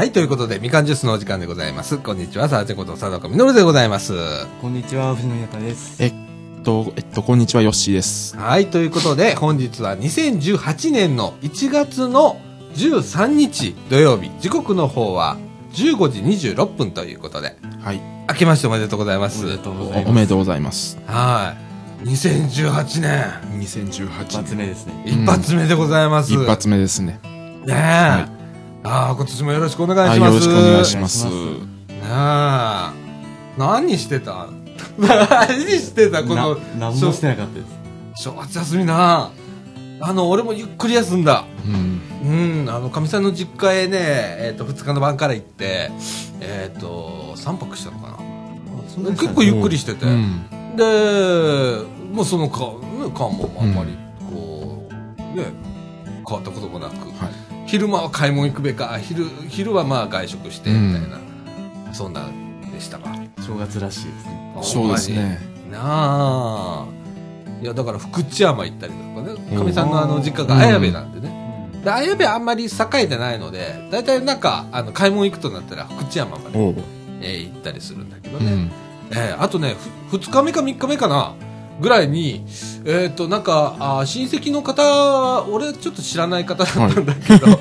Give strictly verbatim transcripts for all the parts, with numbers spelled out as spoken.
はい、ということで、みかんジュースのお時間でございます。こんにちは、さあちゃんこと佐藤みのるでございます。 こんにちは、藤野裕です。 えっと、えっと、こんにちは、ヨッシーです。 はい、ということで、本日はにせんじゅうはちねんのいちがつのじゅうさんにち土曜日、時刻の方はじゅうごじにじゅうろっぷんということで、 はい。 明けましておめでとうございます。 おめでとうございます。 おめでとうございます。 はい。にせんじゅうはちねん。にせんじゅうはちねん。 一発目ですね。 一発目でございます。 うん、一発目ですね。 ねえ。はい、ああ、今年もよろしくお願いします。 はい、よろしくお願いします。ねえ。何してた何してたこの。 何もしてなかったです。 正月休みな。あの、俺もゆっくり休んだ。うん。うん、あの、かみさんの実家へね、えっと、ふつかの晩から行って、えっと、さんぱくしたのかな。結構ゆっくりしてて。うん、で、もうそのか、ね、間もあんまり、こう、ね、変わったこともなく。はい、昼間は買い物行くべか、昼、昼はまあ外食して、みたいな、うん、そんなでしたが。 正月らしいですね。 そうですね。 なあ。いや、だから福知山行ったりとかね、かみさんのあの実家が綾部なんでね。うん、で、綾部あんまり栄えてないので、だいたいなんか、あの、買い物行くとなったら福知山まで、えー、行ったりするんだけどね。うん、えー、あとね、ふつかめかみっかめかな、ぐらいに、えっと、なんか、あ親戚の方、俺ちょっと知らない方だったんだけど、はい、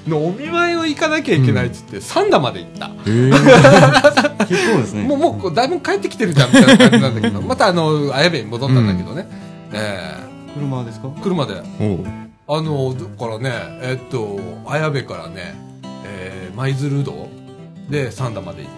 のお見舞いを行かなきゃいけないっつって、うん、三田まで行った。 えー、結構ですね。 もう、もう、だいぶ帰ってきてるじゃん、みたいな感じなんだけど、またあの、綾部に戻ったんだけどね。うん、えー、車ですか？ 車で。あの、だからね、えっと、綾部からね、えー、舞鶴道で三田まで行って。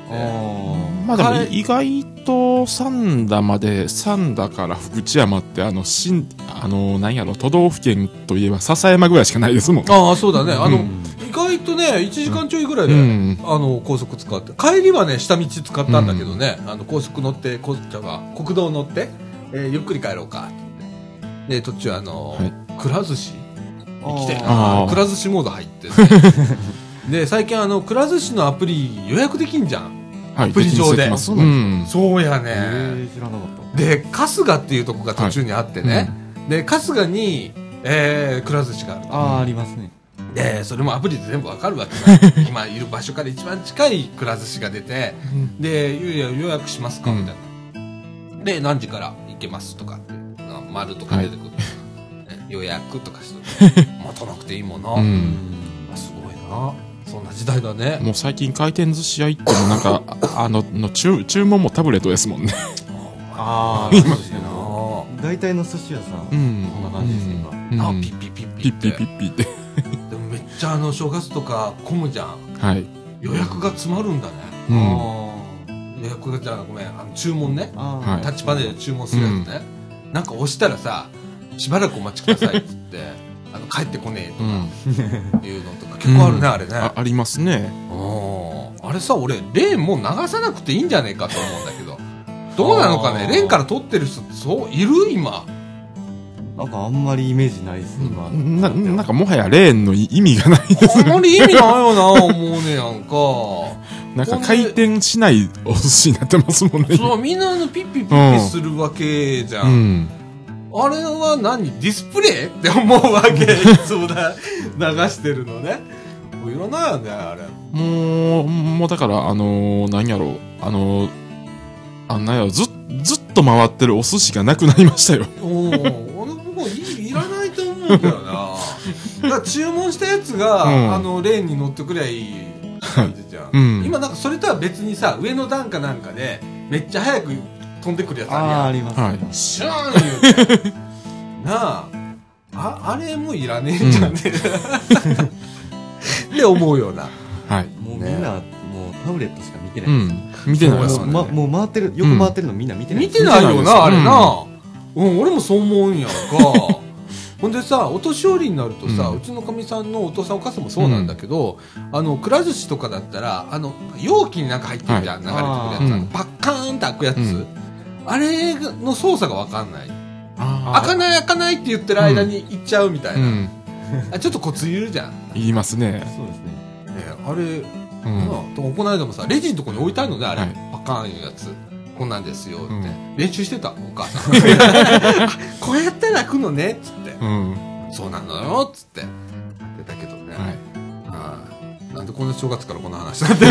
まあでも意外と三田まで、三田から福知山ってあの、しん、あの、何やろ、都道府県といえば笹山ぐらいしかないですもん。 ああ、そうだね。あの、うん、意外とね、いちじかんちょいぐらいで、うん、あの、高速使って。帰りはね、下道使ったんだけどね、うん、あの、高速乗って、こっちは国道乗って、えー、ゆっくり帰ろうかって。で、途中あの、はい、くら寿司に来て、くら寿司モード入って、ね。で、最近あの、くら寿司のアプリ予約できんじゃん。はい、アプリ上で。 そうなんですか？そうやね。 えー、知らなかった。 で、春日っていうとこが途中にあってね。はい、うん、で、春日に、えー、くら寿司がある。 ああ、ありますね。 で、それもアプリで全部わかるわけだ。今いる場所から一番近いくら寿司が出て、で、いや予約しますかみたいな。で、何時から行けますとかって、丸とか出てくる。はい、予約とかして、待たなくていいもんな。うん、すごいな。そんな時代だね。 もう最近回転寿司屋行ってもなんかあのの 注, 注文もタブレットですもんね。 ああ、そうですね。大体の寿司屋さん、うん、こんな感じですね、 うん、今。あ、ピッピッピッピッピッピッピッって。 でもめっちゃあの正月とか混むじゃん。はい。予約が詰まるんだね。うん、あ予約がじゃあごめん、あの注文ね。タッチパネルで注文するやつね。うん、なんか押したらさ、しばらくお待ちくださいっつって。あの帰ってこねえとか、うん、いうのとか結構あるね、うん、あれねあ, ありますね。 あれさ、俺レーンもう流さなくていいんじゃねえかと思うんだけどどうなのかね。レーンから取ってる人ってそういる今。 なんかあんまりイメージないですね、今。 な, なんかもはやレーンの意味がないですね。 あんまり意味ないよな思うねやんか。 なんか回転しないお寿司になってますもんね。 そう、みんなあのピッピッピッピするわけじゃん、うん、あれは何ディスプレイって思うわけ。そうだ、流してるのね。もういらないよね、あれ。 もう、もうだから、あのー、何やろう、あのー、あんなやろ、ず、ずっと回ってるお寿司がなくなりましたよ。 おお、俺もうい、いらないと思うけどな。だから注文したやつが、うん、あの、レーンに乗ってくりゃいい感じじゃん。うん、今なんかそれとは別にさ、上の段かなんかで、めっちゃ早く飛んでくるやつあるやん。 あ、あります、ね。はい、 シューン言うて。なあ、あ、あれもいらねえんじゃねえ、うん、って思うような。 はい。もうみんな、もうタブレットしか見てないです。 うん、見てないですよね。もう、ま、もう回ってる、横回ってるのみんな見てない。 見てないよな、あれな。うん、俺もそう思うんやんか。ほんでさ、お年寄りになるとさ、うん、うちのかみさんのお父さんお母さんもそうなんだけど、うん、あの、くら寿司とかだったら、あの、容器になんか入ってるじゃん、はい、流れてくるやつ。パッカーンって開くやつ。うん、あれの操作がわかんない。開かない開かないって言ってる間に行っちゃうみたいな、うん、あちょっとコツいるじゃん。 言いますね。 そうですね。 ねあれ、うん、この間もさレジのとこに置いてあるのねあれ、はい、パカーンいうやつこんなんですよって、うん、練習してたお母さん。こうやって開くのねっつって、うん、そうなのよっつってやってたけどね、はい、あなんでこんな正月からこの話なんで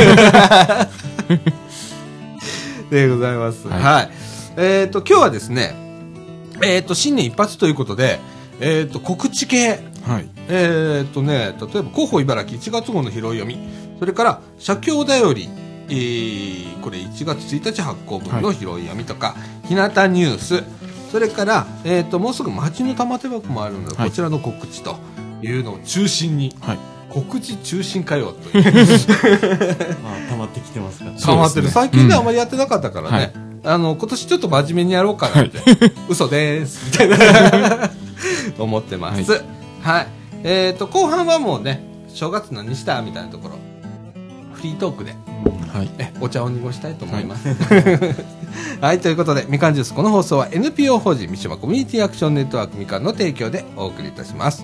でございます。はい。はい、えっ、ー、と、今日はですね、えっ、ー、と、新年一発ということで、えっ、ー、と、告知系。はい。えっ、とね、例えば、広報茨城いちがつ号の拾い読み。それから、写経だより、えー、これいちがつついたち発行分の拾い読みとか、ひなたニュース。それから、えっ、と、もうすぐ町の玉手箱もあるので、はい、こちらの告知というのを中心に、はい、告知中心かよという。 まあ、溜まってきてますから。 溜まってる。最近ではあまりやってなかったからね。うん、あの、今年ちょっと真面目にやろうかなって。はい、嘘でーす。みたいな。思ってます。はい。はい、えっ、ー、と、後半はもうね、正月何したみたいなところ、フリートークで、はい、えお茶を濁したいと思います。はい、はい、ということで、みかんジュース、この放送は エヌピーオー 法人三島コミュニティアクションネットワークみかんの提供でお送りいたします。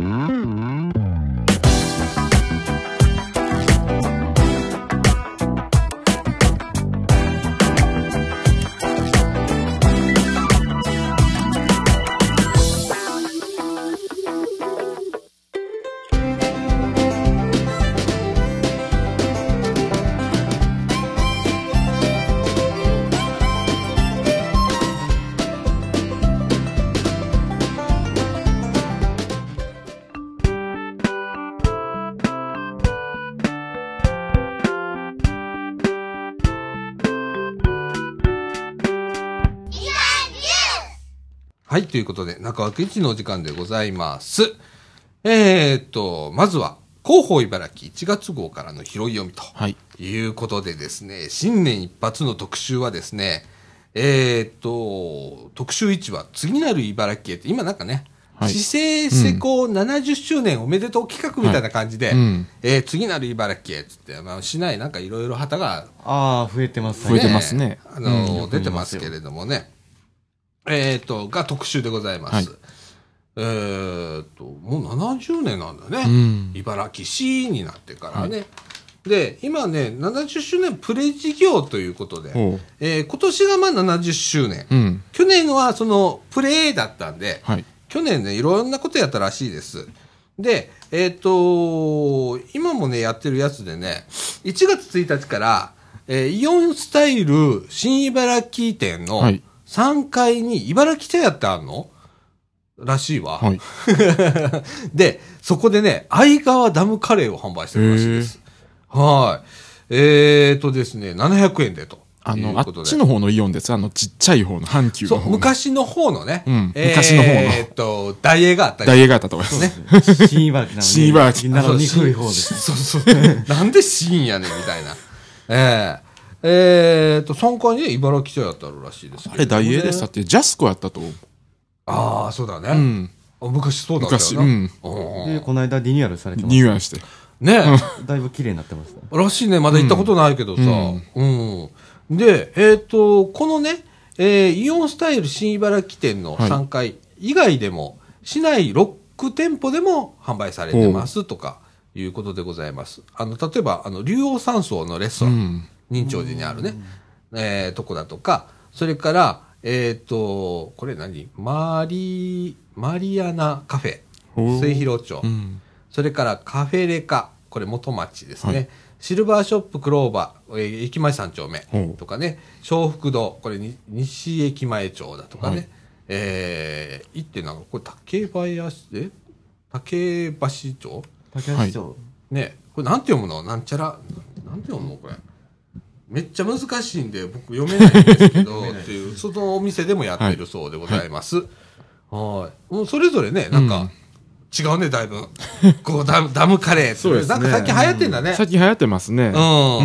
はい、ということで、中枠一のお時間でございます。えーっと、まずは、広報茨城いちがつ号からの拾い読みということでですね、はい、新年一発の特集はですね、えーっと、特集いちは、次なる茨城へって、今なんかね、はい、市政施行ななじゅっしゅうねんおめでとう企画みたいな感じで、はい、うん、えー、次なる茨城へっつって、まあ、市内なんかいろいろ旗が、 ああ、増えてますね。増えてますね。 あの、うん、出てますけれどもね。えっ、ー、と、が特集でございます。はい、えっ、ー、と、もうななじゅうねんなんだね。うん、茨城市になってからね。はい、で、今ね、ななじゅっしゅうねんプレ事業ということで、えー、今年がまあななじゅっしゅうねん。うん、去年はそのプレだったんで、はい、去年ね、いろんなことやったらしいです。で、えっ、ー、と、今もね、やってるやつでね、いちがつついたちから、えー、イオンスタイル新茨城店の、はい、さんがいに茨城茶屋ってあるのらしいわ。はい、で、そこでね、相川ダムカレーを販売してるらしいです。はい。えーとですね、ななひゃくえんでと。 あの、あっちの方のイオンです。あの、ちっちゃい方の阪急の方の。 そう、昔の方のね。 うん。昔の方の。 えーと、大英があったり。 大英があったところですね。新茨城なのに。 新茨城なのに古い方です。 そうそう。なんで新やねんみたいな。ええー。えーと、さんがいに茨城茶屋ってあるらしいですけど、ね。 あれ大英でしたって、ジャスコやったと思う。 ああ、そうだね。うん。昔そうだったよな。昔、うん。 で、この間リニューアルされてます。 リニューアルして。 ね、 うん、だいぶ綺麗になってますね。 らしいね。まだ行ったことないけどさ。うん。うんうん、で、えっ、ー、と、このね、えー、イオンスタイル新茨城店のさんがい以外でも、はい、市内ろくてんぽでも販売されてますとか、いうことでございます。あの、例えば、あの、竜王山荘のレストラン。うん、仁長寺にあるね、えー、とこだとか、それから、えっ、ー、と、これ何マリ、マリアナカフェ、末広町、うん。それからカフェレカ、これ元町ですね。はい、シルバーショップクローバー、えー、駅前三丁目とかね、笑福堂、これに西駅前町だとかね、はい、えー、行ってなんか、これ竹林、え竹橋町竹橋町、はい、 ね、これなんて読むのなんちゃら、なんて読むのこれ。めっちゃ難しいんで僕読めないんですけどっていうそのお店でもやってるそうでございます。はい。はい、もうそれぞれねなんか違うねだいぶ。こうダムダムカレーってそうですね。なんか最近流行ってんだね。 最近流行ってますね。 うん。うん、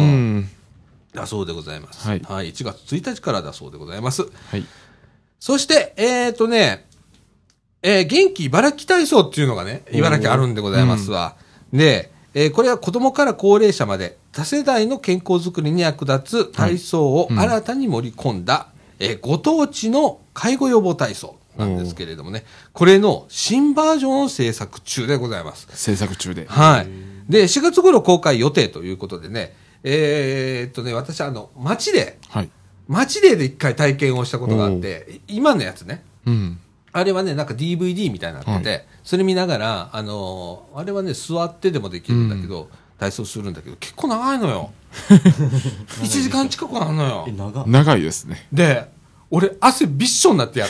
だそうでございます。はい。はい、いちがつついたちからだそうでございます。はい。そしてえっ、ー、とね、えー、元気茨城体操っていうのがね茨城あるんでございますわ。うん、で。えー、これは子供から高齢者まで多世代の健康づくりに役立つ体操を新たに盛り込んだ、はい、うん、えー、ご当地の介護予防体操なんですけれどもね、これの新バージョンを制作中でございます。 制作中で。 はい。で、しがつ頃公開予定ということでね、えー、っとね、私あの、街で、はい、街でで一回体験をしたことがあって、今のやつね、うん、あれはね、なんか ディーブイディー みたいになってて、はい、それ見ながら、あのー、あれはね、座ってでもできるんだけど、 体操するんだけど、結構長いのよ。いちじかん近くあるのよ。 え、長長いですね。 で、俺、汗びっしょになってやった。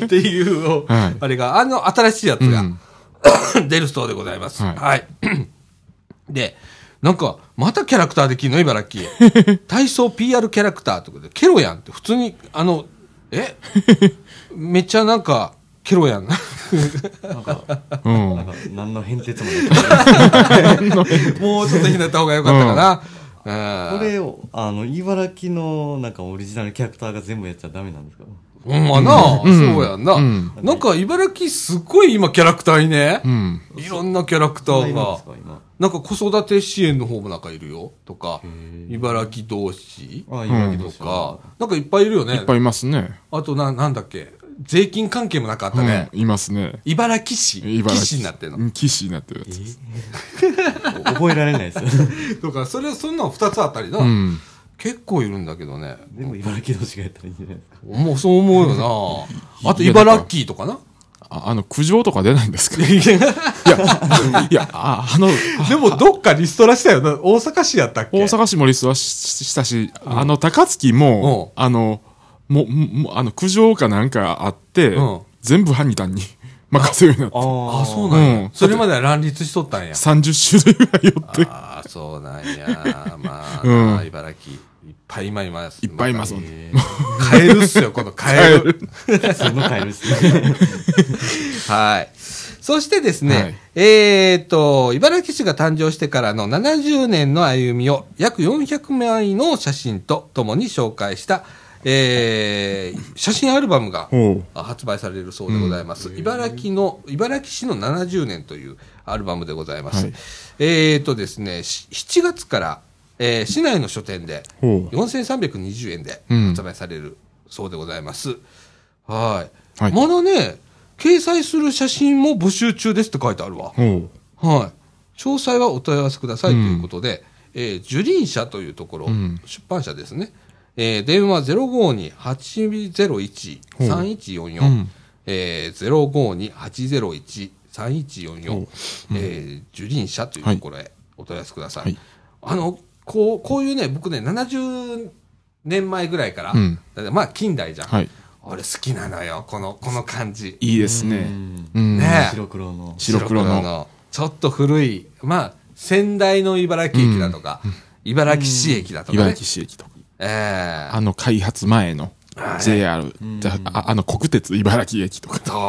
っていう、はい、あれが、あの、新しいやつが、うん、出るそうでございます。はい。はい、で、なんか、またキャラクターできんの茨城。体操 ピーアール キャラクターってことで、ケロやんって普通に、あの、えめっちゃなんか、ケロやん。なんか、 うん、なんか何の変哲もない。 もうちょっとひねった方がよかったかな。 うん、これを、あの、茨城の、なんかオリジナルキャラクターが全部やっちゃダメなんですか？ ほんまな、うん、そうやんな、うん。なんか茨城すごい今キャラクターにね、うん、いろんなキャラクターが、なんか子育て支援の方もなんかいるよとか、茨城同士とか、なんかいっぱいいるよね。 いっぱいいますね。 あとな、なんだっけ、税金関係もなんかあったね。 うん、いますね。 茨城市。 茨城市になってるの。 騎士になってるやつです。 えー、覚えられないですよ。 とか、それ、そんなの二つあったりな。うん結構いるんだけどね。 でも茨城同士がやったらいいんじゃないですか。 もうそう思うよな。あと茨城とかな。 あ, あの、苦情とか出ないんですか？いや、いや、ああの、 でもどっかリストラしたよな。大阪市やったっけ？ 大阪市もリストラ し, したし、うん、あの、高槻も、うん、あの、も、も、あの、苦情かなんかあって、うん、全部ハニタンに任せるようになって。 ああ、そうなんや、うん。それまでは乱立しとったんや。 さんじゅっしゅるいぐらい寄って。 ああ、そうなんや。まあ、うん、茨城。いっぱい今います。 いっぱいいます。 カエルっすよ、このカエル。 そのカエルっすね。 はい。そしてですね、はい、えっと、茨城市が誕生してからのななじゅうねんの歩みを約よんひゃくまいの写真とともに紹介した、えー、写真アルバムが発売されるそうでございます。うん、茨城の、茨城市のななじゅうねんというアルバムでございます。はい、えっとですね、しちがつから、えー、市内の書店でよんせんさんびゃくにじゅうえんで発売されるそうでございます。うん、はい、はい。まだね、掲載する写真も募集中ですって書いてあるわ。はい。詳細はお問い合わせくださいということで、うん、えー、樹林社というところ、うん、出版社ですね。えー、電話 ゼロごに はちゼロいち さんいちよんよん、うん、えー、ゼロごに はちゼロいち さんいちよんよん、えー、樹林社というところへお問い合わせください。はい、あの、こう、こういうね、僕ね、ななじゅうねんまえぐらいから、うん、まあ近代じゃん。はい、俺好きなのよ、この、この感じ。 いいですね。 うん、 ね白黒の。 白黒の。 ちょっと古い、まあ、仙台の茨城駅だとか、うん、茨城市駅だとか、ね、 茨城市駅とか。えー、あの開発前の ジェイアール、じゃあ、あの国鉄茨城駅とか。 そう。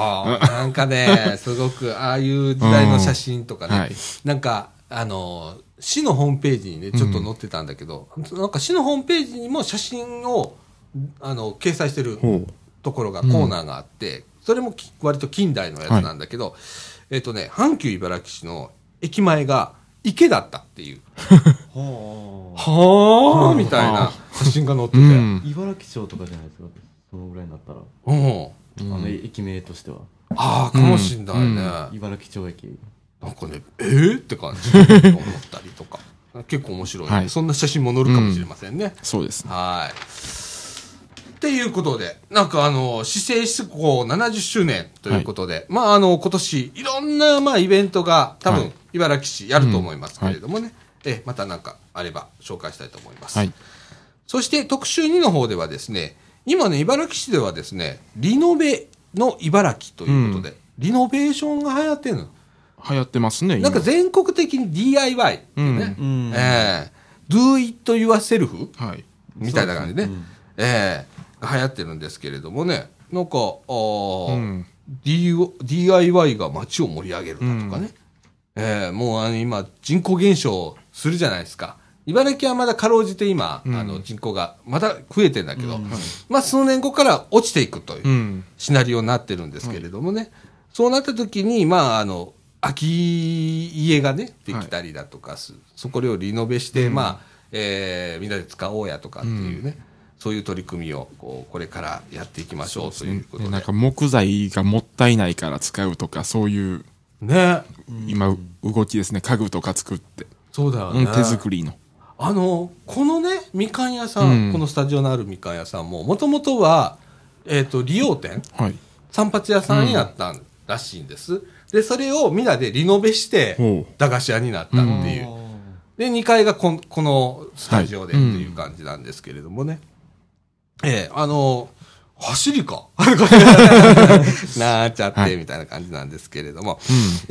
なんかね、すごく、ああいう時代の写真とかね、はい、なんか、あの、市のホームページにね、ちょっと載ってたんだけど、うん、なんか市のホームページにも写真を、あの、掲載してるところが、コーナーがあって、うん、それも割と近代のやつなんだけど、はい、えっとね、阪急茨城市の駅前が池だったっていう。はあみたいな写真が載ってて、うん、 茨城町とかじゃないですか、そのぐらいになったら。うん、あの駅名としては。 ああ、かもしんないね、うん、 茨城町駅。 なんかね、えー、って感じで思ったりとか。結構面白い、ねはい、そんな写真も載るかもしれませんね。うん、 そうですね。 はい。っていうことで、なんかあの、市政施行ななじゅっしゅうねんということで、はい、まああの、今年、いろんなまあイベントが多分、はい、茨城市やると思いますけれどもね、うんはい、え、またなんかあれば紹介したいと思います。はい、そして特集にの方ではですね、今ね、茨城市ではですね、リノベの茨城ということで、うん、リノベーションが流行ってるの。 流行ってますね、 今。なんか全国的に ディーアイワイ、ね。うんうんえー、do it yourself、はい、みたいな感じでね。うん、えー、が流行ってるんですけれどもね、なんか、あうん、D、ディーアイワイ が街を盛り上げるだとかね。うん、えー、もうあの今人口減少するじゃないですか。茨城はまだかろうじて今、うん、あの人口がまだ増えてんだけど、うん、まあ数年後から落ちていくというシナリオになってるんですけれどもね。うん、そうなった時に、まああの、空き家がね、できたりだとかす、はい、そこをリノベして、うん、まあ、えー、みんなで使おうやとかっていうね、うん、そういう取り組みをこうこれからやっていきましょうということで。 なんか木材がもったいないから使うとか、そういう、ね、今、動きですね、家具とか作って。 そうだよね。 手作りの。 あの、このね、みかん屋さん、うん、このスタジオのあるみかん屋さんも、もともとは、えっと、理容店、はい、散髪屋さんになったらしいんです。うん、で、それをみんなでリノベして、駄菓子屋になったっていう。 で、にかいがここのスタジオでっていう感じなんですけれどもね。はい、うん、ええー、あのー、走りかなっちゃって、みたいな感じなんですけれども。はい、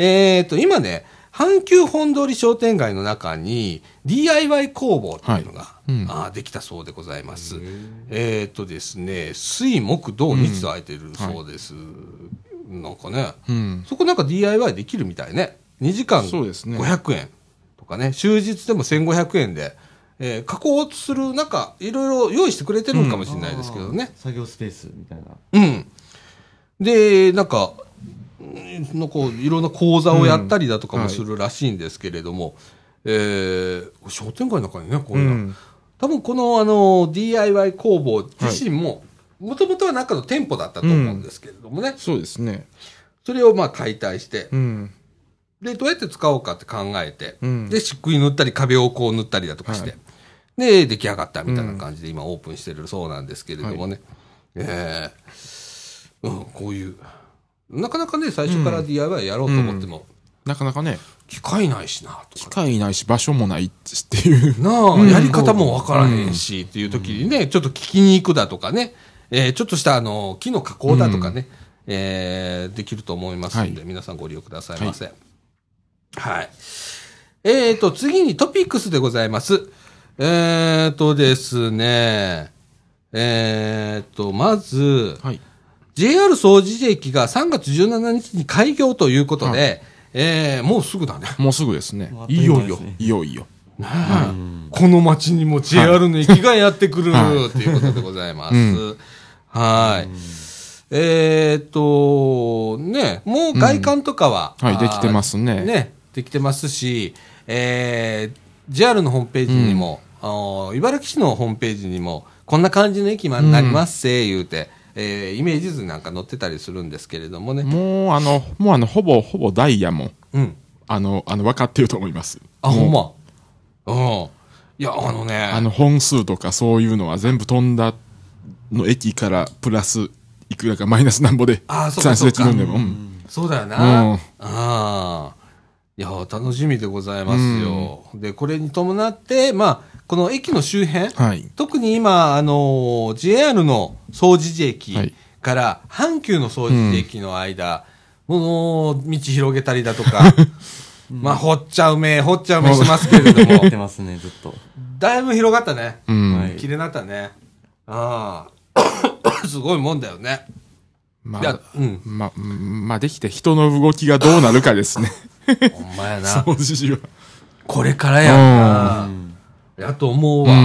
えっと、今ね、阪急本通り商店街の中に ディーアイワイ 工房っていうのが、はいうん、あできたそうでございます。えっとですね、水木土日と空いてるそうです。うん、なんかね、うん、そこなんか ディーアイワイ できるみたいね。にじかんごひゃくえんとかね、終日でもせんごひゃくえんで、えー、加工するなんかいろいろ用意してくれてるのかもしれないですけどね、 うん、作業スペースみたいな。 うんでなんかのこういろんな講座をやったりだとかもするらしいんですけれども、うんはいえー、商店街の中にねこういうの、うん、多分このあの ディーアイワイ 工房自身ももともとは中の店舗だったと思うんですけれどもね、うん、 そうですねそれをまあ解体して、 うん、 でどうやって使おうかって考えて、うん、で漆喰塗ったり壁をこう塗ったりだとかして、はいで、出来上がったみたいな感じで今オープンしてるそうなんですけれどもね。うん、えー、うん、こういう、なかなかね、最初から ディーアイワイ やろうと思っても、うん、 なかなかね、 機械ないしな、とか。 機械ないし、場所もないっていう。 なあ、うん、やり方もわからへんし、っていう時にね、ちょっと聞きに行くだとかね、えー、ちょっとしたあの、木の加工だとかね、うん、えー、できると思いますので、はい、皆さんご利用くださいませ。はい。はい、えーと、次にトピックスでございます。えーとですね、えーと、まず、はい、ジェイアール 総除寺駅がさんがつじゅうしちにちに開業ということで、はい、えー、もうすぐだね。 もうすぐですね。 いよいよ。 いよいよ。 はい、この街にも ジェイアール の駅がやってくる、はい、ということでございます。うん、はい。えーと、ね、もう外観とかは、 うん、はい、できてますね。 ね、できてますし、えー、ジェイアール のホームページにも、うん、茨城市のホームページにもこんな感じの駅になりますせ、うん、言うて、えー、イメージ図なんか載ってたりするんですけれどもね。 もうあのもうあのほぼほぼダイヤも、うん、あのあの分かってると思います。 あほんま。うん。いやあのね。 あの本数とかそういうのは全部飛んだの駅からプラスいくらかマイナスなんぼで算出できるんでも。うん、 そうだよな。うん、ああ。いや楽しみでございますよ、うん、でこれに伴って、まあ、この駅の周辺、はい、特に今、あの ジェイアール の総除寺駅から阪急の総除寺駅の間、うん、もう道広げたりだとか、うん、まあ掘っちゃうめ掘っちゃうめしますけれどもってますねずっとだいぶ広がったね、うん、綺麗になったねああすごいもんだよねまあ、うん、ま、まあできて人の動きがどうなるかですねほんまやな。 掃除時は。 これからやんな。やと思うわ。うん。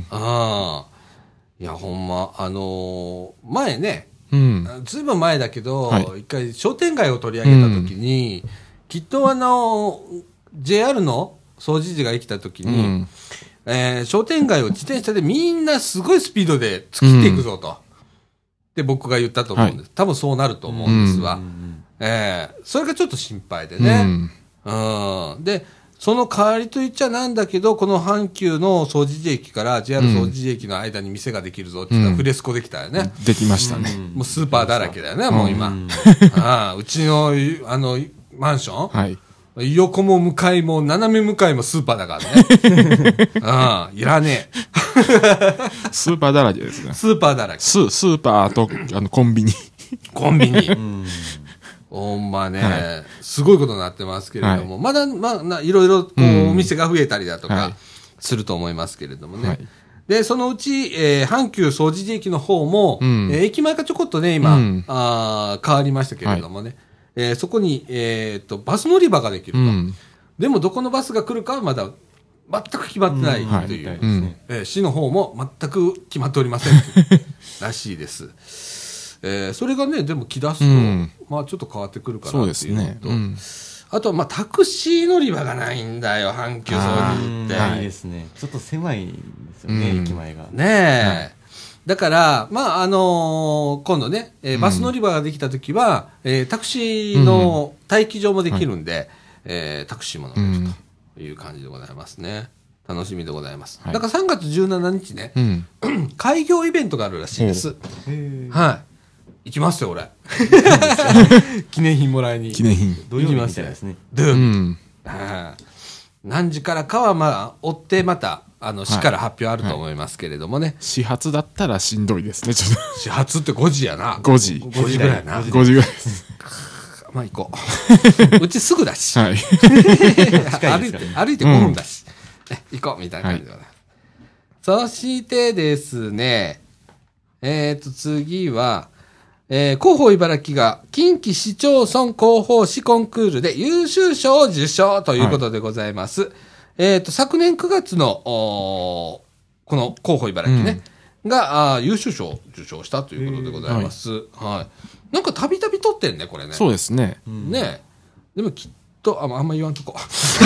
ああ。いや、ほんま、あのー、前ね、うん。ずいぶん前だけど、はい、一回商店街を取り上げたときに、うん、きっとあの、ジェイアール の総除寺が生きたときに、うん、えー、商店街を自転車でみんなすごいスピードで突きっていくぞと。うん、で、僕が言ったと思うんです。はい、多分そうなると思うんですわ。うんええー、それがちょっと心配でね。うん。うん。で、その代わりと言っちゃなんだけど、この阪急の総除寺駅から ジェイアール 総除寺駅の間に店ができるぞって言ったらフレスコできたよね。 うん、できましたね、 うん。もうスーパーだらけだよね、もう今。うん、あうちの、あの、マンションはい。横も向かいも斜め向かいもスーパーだからね。うん。いらねえ。 スーパーだらけですね。 スーパーだらけ。 ス、スーパーとあのコンビニ。 コンビニ。うんほんまね、はい、すごいことになってますけれども、はい、まだ、まあ、ないろいろこう、うん、お店が増えたりだとかすると思いますけれどもね。はい、で、そのうち、えー、阪急総除寺駅の方も、うん、えー、駅前がちょこっとね、今、うん、あ変わりましたけれどもね、はい、えー、そこに、えー、とバス乗り場ができると、うん。でも、どこのバスが来るかはまだ全く決まってないという、うんはいえー、市の方も全く決まっておりませんらしいです。えー、それがねでも来だすと、うん、まあちょっと変わってくるかなっていうのと、ねうん、あとはまあタクシー乗り場がないんだよ阪急総除寺ってないですねちょっと狭いんですよね、うん、駅前がねえ、はい、だからまああのー、今度ね、えー、バス乗り場ができた時は、うんえー、タクシーの待機場もできるんで、うんはいえー、タクシーも乗れるという感じでございますね楽しみでございます、はい、だからさんがつじゅうしちにちね、うん、開業イベントがあるらしいですはい行きますよ俺記念品もらいに記念品土曜日みたいですね土曜日、うん、 何時からかはまあ追ってまたあの市から発表あると思いますけれどもね、はいはい、 始発だったらしんどいですねちょっと始発ってごじやなごじごじぐらいやなごじぐらいですまあ行こううちすぐだし、 はい、 歩いて歩いてごふんだし、うんね、行こうみたいな感じだな、はい、そしてですねえっ、ー、と次はえー、広報茨城が近畿市町村広報誌コンクールで優秀賞を受賞ということでございます。はい、えっ、ー、と、昨年くがつの、この広報茨城ね、うん、があ優秀賞を受賞したということでございます。はい。はい、なんかたびたび撮ってんね、これね。 そうですね。 うん、ねでもきっと、あ、あんま言わんとこ。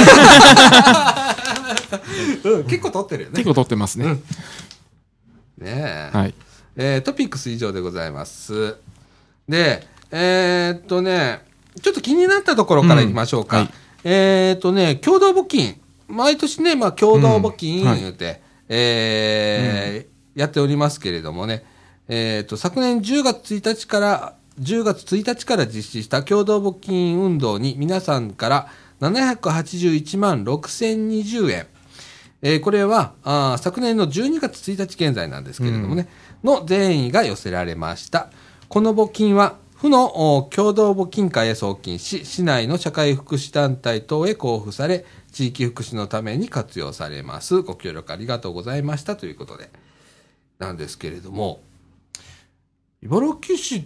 うん、結構撮ってるよね。 結構撮ってますね。うん、 ねえ。 はい。 えー、トピックス以上でございます。で、えー、っとね、ちょっと気になったところからいきましょうか。うんはい、えー、っとね、共同募金。毎年ね、まあ、共同募金言うて、うんはい、えーうん、やっておりますけれどもね、えー、っと、昨年じゅうがつついたちから、じゅうがつついたちから実施した共同募金運動に皆さんからななひゃくはちじゅういちまんろくせんにじゅうえん。えー、これはあ、昨年のじゅうにがつついたち現在なんですけれどもね、うん、の善意が寄せられました。この募金は、府の共同募金会へ送金し、市内の社会福祉団体等へ交付され、地域福祉のために活用されます。ご協力ありがとうございましたということで、なんですけれども、茨城市って、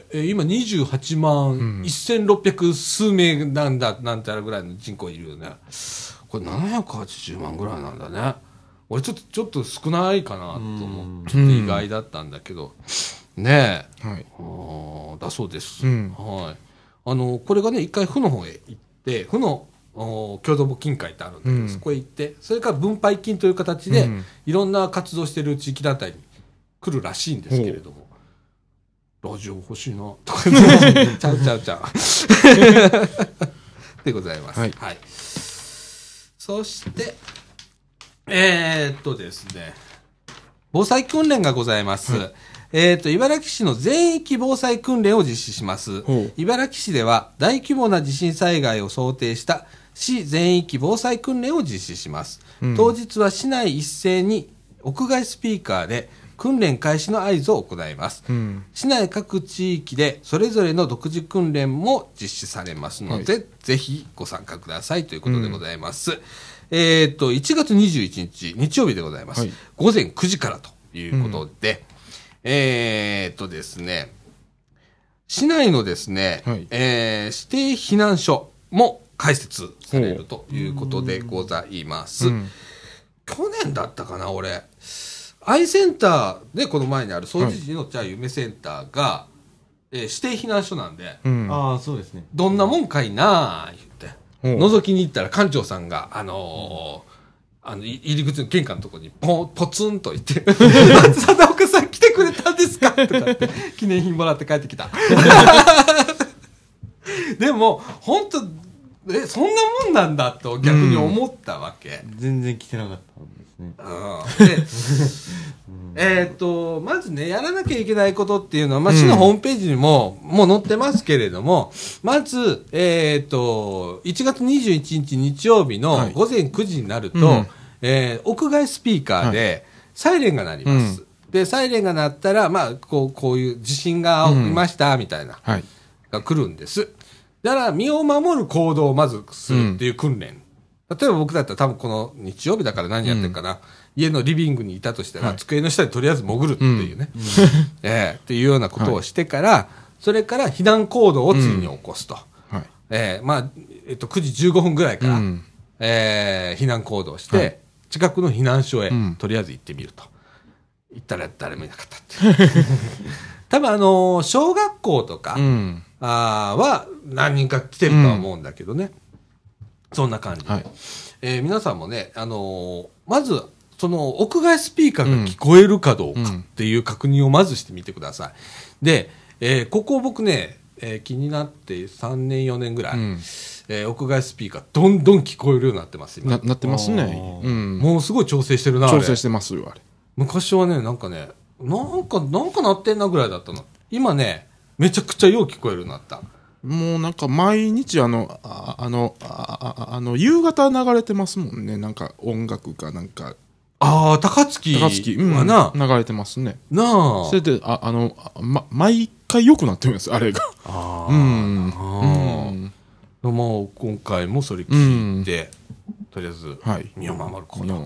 え今にじゅうはちまんせんろっぴゃく数名なんだ、なんてあるぐらいの人口いるよね。これななひゃくはちじゅうまんぐらいなんだね。俺ちょっと、ちょっと少ないかなと思って、意外だったんだけど、ねえ、はい、あだそうです、うんはい、あのこれがね一回府の方へ行って府の共同募金会ってあるんだけど、うん、そこへ行ってそれから分配金という形で、うん、いろんな活動している地域団体に来るらしいんですけれども、ラジオ欲しいなとかちゃうちゃうちゃうでございます、はいはい、そしてえー、っとですね防災訓練がございます、はいえっ、ー、と、茨城市の全域防災訓練を実施します。茨城市では大規模な地震災害を想定した市全域防災訓練を実施します。うん、当日は市内一斉に屋外スピーカーで訓練開始の合図を行います。うん、市内各地域でそれぞれの独自訓練も実施されますので、はい、ぜひご参加くださいということでございます。うん、えっ、ー、と、いちがつにじゅういちにち日曜日でございます。はい、午前くじからということで、うんえーっとですね、市内のですね、はいえー、指定避難所も開設されるということでございます。うん、去年だったかな、俺。アイセンターでこの前にある総除寺の茶夢センターが、はい、えー、指定避難所なんで、 うん、ああ、そうですね。 どんなもんかいなー言って、覗きに行ったら館長さんが、あのー、あの、入り口の玄関のところにポン、ポツンと言って、佐田岡さん来てくれたんですかとかって、記念品もらって帰ってきた。でも、本当え、そんなもんなんだと逆に思ったわけ。 うん、全然来てなかったんですね。 うん、で、えっと、まずね、やらなきゃいけないことっていうのは、まあ、市のホームページにも、もう載ってますけれども、まず、えっと、いちがつにじゅういちにち日曜日の午前くじになると、はいうんえー、屋外スピーカーで、サイレンが鳴ります。はい、で、サイレンが鳴ったら、まあ、こう、こういう地震が起きました、みたいな、はい、が来るんです。だから、身を守る行動をまずするっていう訓練。うん、例えば僕だったら多分この日曜日だから何やってるかな。うん、家のリビングにいたとしたら、はい、机の下にとりあえず潜るっていうね。うんうんえー、っていうようなことをしてから、はい、それから避難行動を次に起こすと。うんはいえー、まあ、えっと、くじじゅうごふんぐらいから、うんえー、避難行動して、はい、近くの避難所へ、うん、とりあえず行ってみると。行ったら誰もいなかったって。多分あのー、小学校とか、うんあは何人か来てるとは思うんだけどね、うん、そんな感じ、はいえー、皆さんもね、あのー、まずその屋外スピーカーが聞こえるかどうかっていう確認をまずしてみてください。で、えー、ここ僕ね、えー、気になってさんねんよねんぐらい、うんえー、屋外スピーカーどんどん聞こえるようになってます今な, なってますね、 うん、もうすごい調整してるな。 調整してますよあれ。 昔はねなんかねなんかなんか鳴ってんなぐらいだったの。今ねめちゃくちゃよう聞こえるようになった。 もうなんか毎日あの、ああの、あああの、夕方流れてますもんね。なんか音楽かなんか。 ああ、高槻高槻、うん、 はな。 流れてますね。 なあ。 それで、あ、あの、ま、毎回良くなってるんです、あれが。 ああ。 うん。 うん。もう今回もそれ聞いて、うん、とりあえず、身を守ること。うん、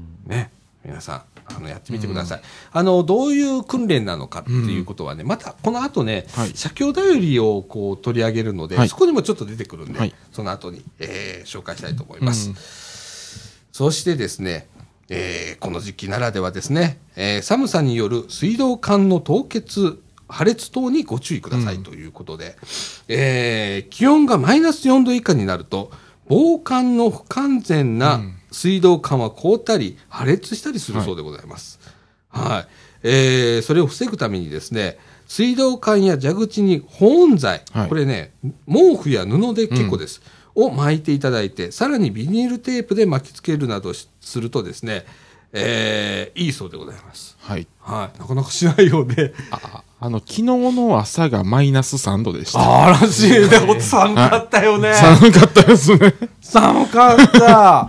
ね。皆さん。あのやってみてください、うん、あのどういう訓練なのかっていうことはね、うん、またこの後ね、はい、写経だよりをこう取り上げるので、はい、そこにもちょっと出てくるんで、はい、その後に、えー、紹介したいと思います、うん、そしてですね、えー、この時期ならではですね、えー、寒さによる水道管の凍結破裂等にご注意くださいということで、うん、えー、気温がマイナスよんど以下になると防寒の不完全な水道管は凍ったり破裂したりするそうでございます。はい。はい、えー、それを防ぐためにですね、水道管や蛇口に保温剤、はい、これね、毛布や布で結構です、うん、を巻いていただいて、さらにビニールテープで巻き付けるなどするとですね、えー、いいそうでございます。 はい。 はい。なかなかしないようで。 あ、あの、昨日の朝がマイナスさんどでした。 あらしい。でも寒かったよね。 寒かったですね。 寒かった。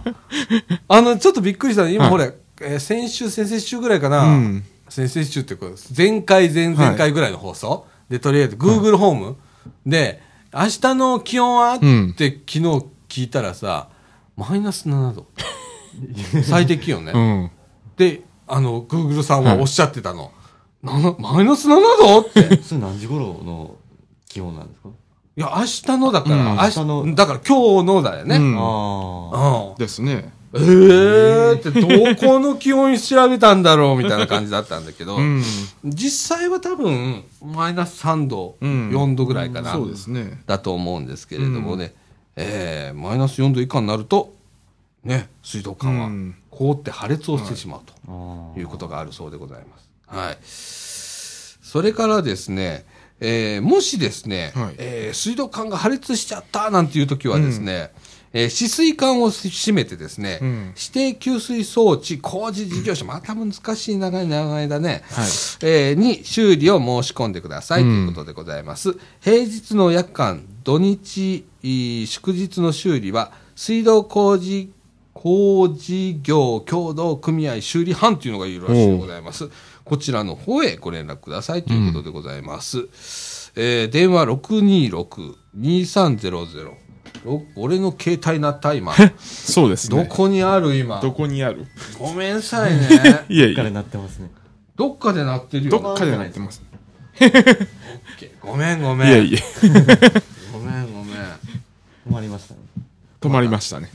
あの、ちょっとびっくりしたの。今、はい、ほれ、えー、先週、先々週ぐらいかな。うん、先々週っていうか、前回、前々回ぐらいの放送、はい、で、とりあえず、Google ホーム、はい、で、明日の気温は、うん、って昨日聞いたらさ、マイナスななど。最低気温ね。うん、で、あの、Google さんはおっしゃってたの。はい、なマイナスななどって。 それ何時頃の気温なんですか？ いや、明日のだから、うん、明日の、だから今日のだよね。うん、 ああ。ですね。 ええーって、どこの気温調べたんだろうみたいな感じだったんだけど、うん、実際は多分、マイナスさんど、うん、よんどぐらいかな、 うん、そうですね。 だと思うんですけれどもね、うん、えー、マイナスよんど以下になると、ね、水道管は凍って破裂をしてしまうということがあるそうでございます。はい。それからですね、えー、もしですね、はい、えー、水道管が破裂しちゃったなんていう時はですね、うん、えー、止水管を閉めてですね、うん、指定給水装置工事事業者、また難しい長い長い間ね、はい、えー、に修理を申し込んでくださいということでございます。うん、平日の夜間、土日、祝日の修理は水道工事工事業協同組合修理班というのがいるらしいでございます。こちらの方へご連絡くださいということでございます。うん、えー、電話 ろくにろく にさんゼロゼロ。俺の携帯鳴った今。 そうですね。 どこにある今。 どこにある。 ごめんなさいね。 いやいや。 どっかで鳴ってますね。 どっかで鳴ってるよ。 どっかで鳴ってます。 ごめんごめん。 いやいや。 ごめんごめん。 止まりましたね。 止まりましたね。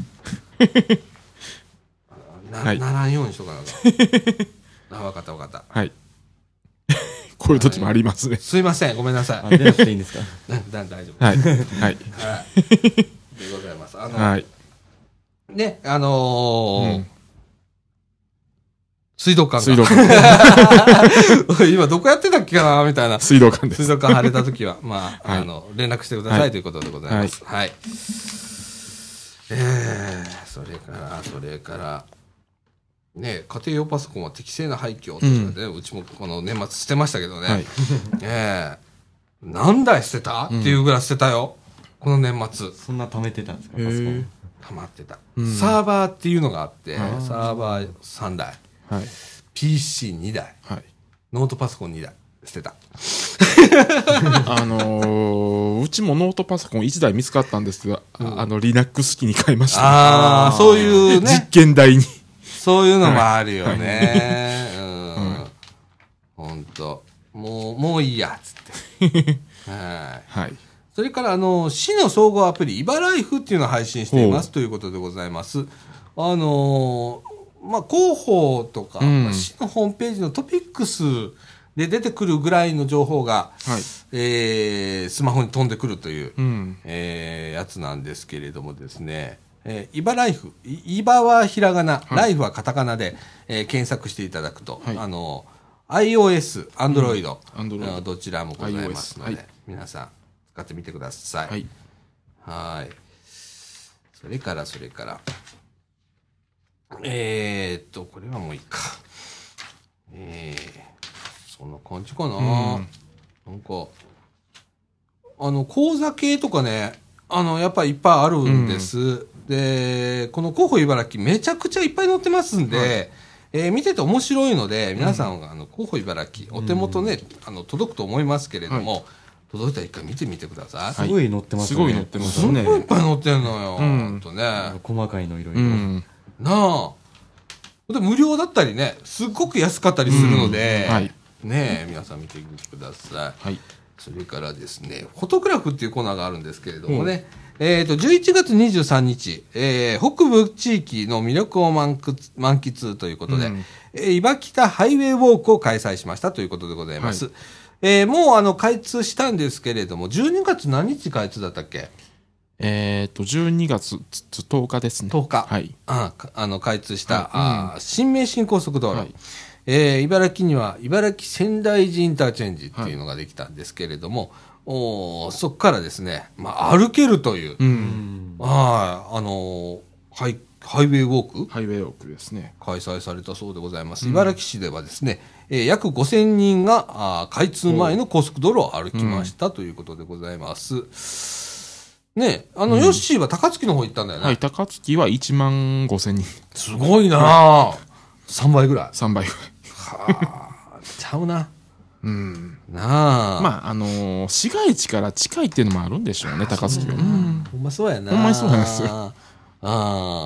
な、はい、ならんようにしとかなか。あ、わかったわかった。 はい。こういう時もありますね。 すいません、ごめんなさい。 あ、出なくていいんですか？ だ、大丈夫。 はい。はい。 はい。でございます。あの、はい、ね、あのーうん、水道管が。水道管。今どこやってたっけかなみたいな。 水道管です。 水道管腫れた時は、まあ、はい、あの、連絡してください、はい、ということでございます。はい。はい、えー、それから、それから、ね、家庭用パソコンは適正な廃墟ということで、ね、うん、うちもこの年末捨てましたけどね。はい、えー、何台捨てた、うん、っていうぐらい捨てたよ。この年末。 そんな貯めてたんですか、パソコン。 溜まってた、うん。サーバーっていうのがあって、サーバーさんだい。はい、ピーシーに 台、はい。ノートパソコンにだい。捨てた。 あのー、うちもノートパソコンいちだい見つかったんですが、うん、あの、Linux 機に買いました、ね。 ああ、そういうね。 実験台に。 そういうのもあるよね。はい、うん。ほんと。もう、もういいや、つって。はい。はい。それから、あの、市の総合アプリ、イバライフっていうのを配信していますということでございます。あのー、まあ、広報とか、うん、市のホームページのトピックスで出てくるぐらいの情報が、はい、えー、スマホに飛んでくるという、うん、えー、やつなんですけれどもですね、えー、イバライフ、イバはひらがな、はい、ライフはカタカナで、えー、検索していただくと、はい、あの、iOS、Android、うん、どちらもございますので、はい、皆さん使ってみてください。はい。はい。それから、それから、えーっと、これはもういいか。えー、そんな感じかな。うん、なんか、 あの、講座系とかね、あの、やっぱりいっぱいあるんです。うん、で、この広報茨城めちゃくちゃいっぱい載ってますんで、はい、えー、見てて面白いので、皆さん、うん、あの、広報茨城、お手元ね、うん、あの、届くと思いますけれども、はい、届いたら一回見てみてください。 すごい載ってますね。 すごい載ってますね。 すごいいっぱい載ってんのよ。うん、ほんとね。 細かいのいろいろ。 なあ。で、無料だったりね、すっごく安かったりするので、うん、はい、ねえ、皆さん見てみてください。はい。それからですね、フォトグラフっていうコーナーがあるんですけれどもね、うん、えっと、じゅういちがつにじゅうさんにち、えー、北部地域の魅力を満喫、満喫ということで、うん、えー、岩北ハイウェイウォークを開催しましたということでございます。はい、えー、もうあの、開通したんですけれども、じゅうにがつ何日開通だったっけ？ えっと、じゅうにがつとおかですね。 とおか。 はい。 ああの、開通した、はい、あ、うん、新名神高速道路。はい、えー、茨城には茨城仙台寺インターチェンジっていうのができたんですけれども、はい、おそこからですね、まあ、歩けるという、うん、ああのハイ、ハイウェイウォークハイウェイウォークですね。 開催されたそうでございます。うん、茨城市ではですね、えー、約ごせんにんがあ開通前の高速道路を歩きました、うん、ということでございます。ね、あの、うん、ヨッシーは高槻の方行ったんだよね。 はい、高槻はいちまんごせんにん。 すごいなぁ。さんばいぐらい。 さんばいぐらい。 はあ、ちゃうな。 うん。 なあ。 まあ、あのー、市街地から近いっていうのもあるんでしょうね、高槻は。うん。 ほんまそうやな。 ほんまにそうなんですよ。 ああ。 うん。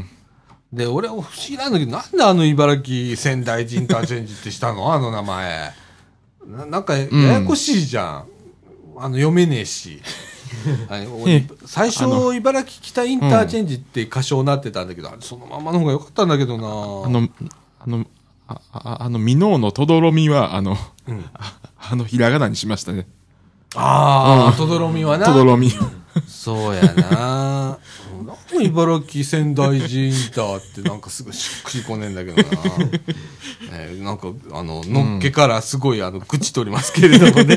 で、俺は不思議なんだけど、なんであの茨城仙台寺インターチェンジってしたのあの名前。な, なんか、ややこしいじゃん。うん、あの、読めねえし。最初、茨城北インターチェンジって歌唱になってたんだけど、うん、そのままの方が良かったんだけどな。 あの、あの、あ、ああの、箕面のとどろみは、あの、うん、あ, あの、ひらがなにしましたね。 ああ、とどろみはな。 とどろみ。 そうやな。なんで茨城仙台寺インターってなんかすぐしっくりこねえんだけどな。えー、なんか、あの、のっけからすごい、あの、口取りますけれどもね。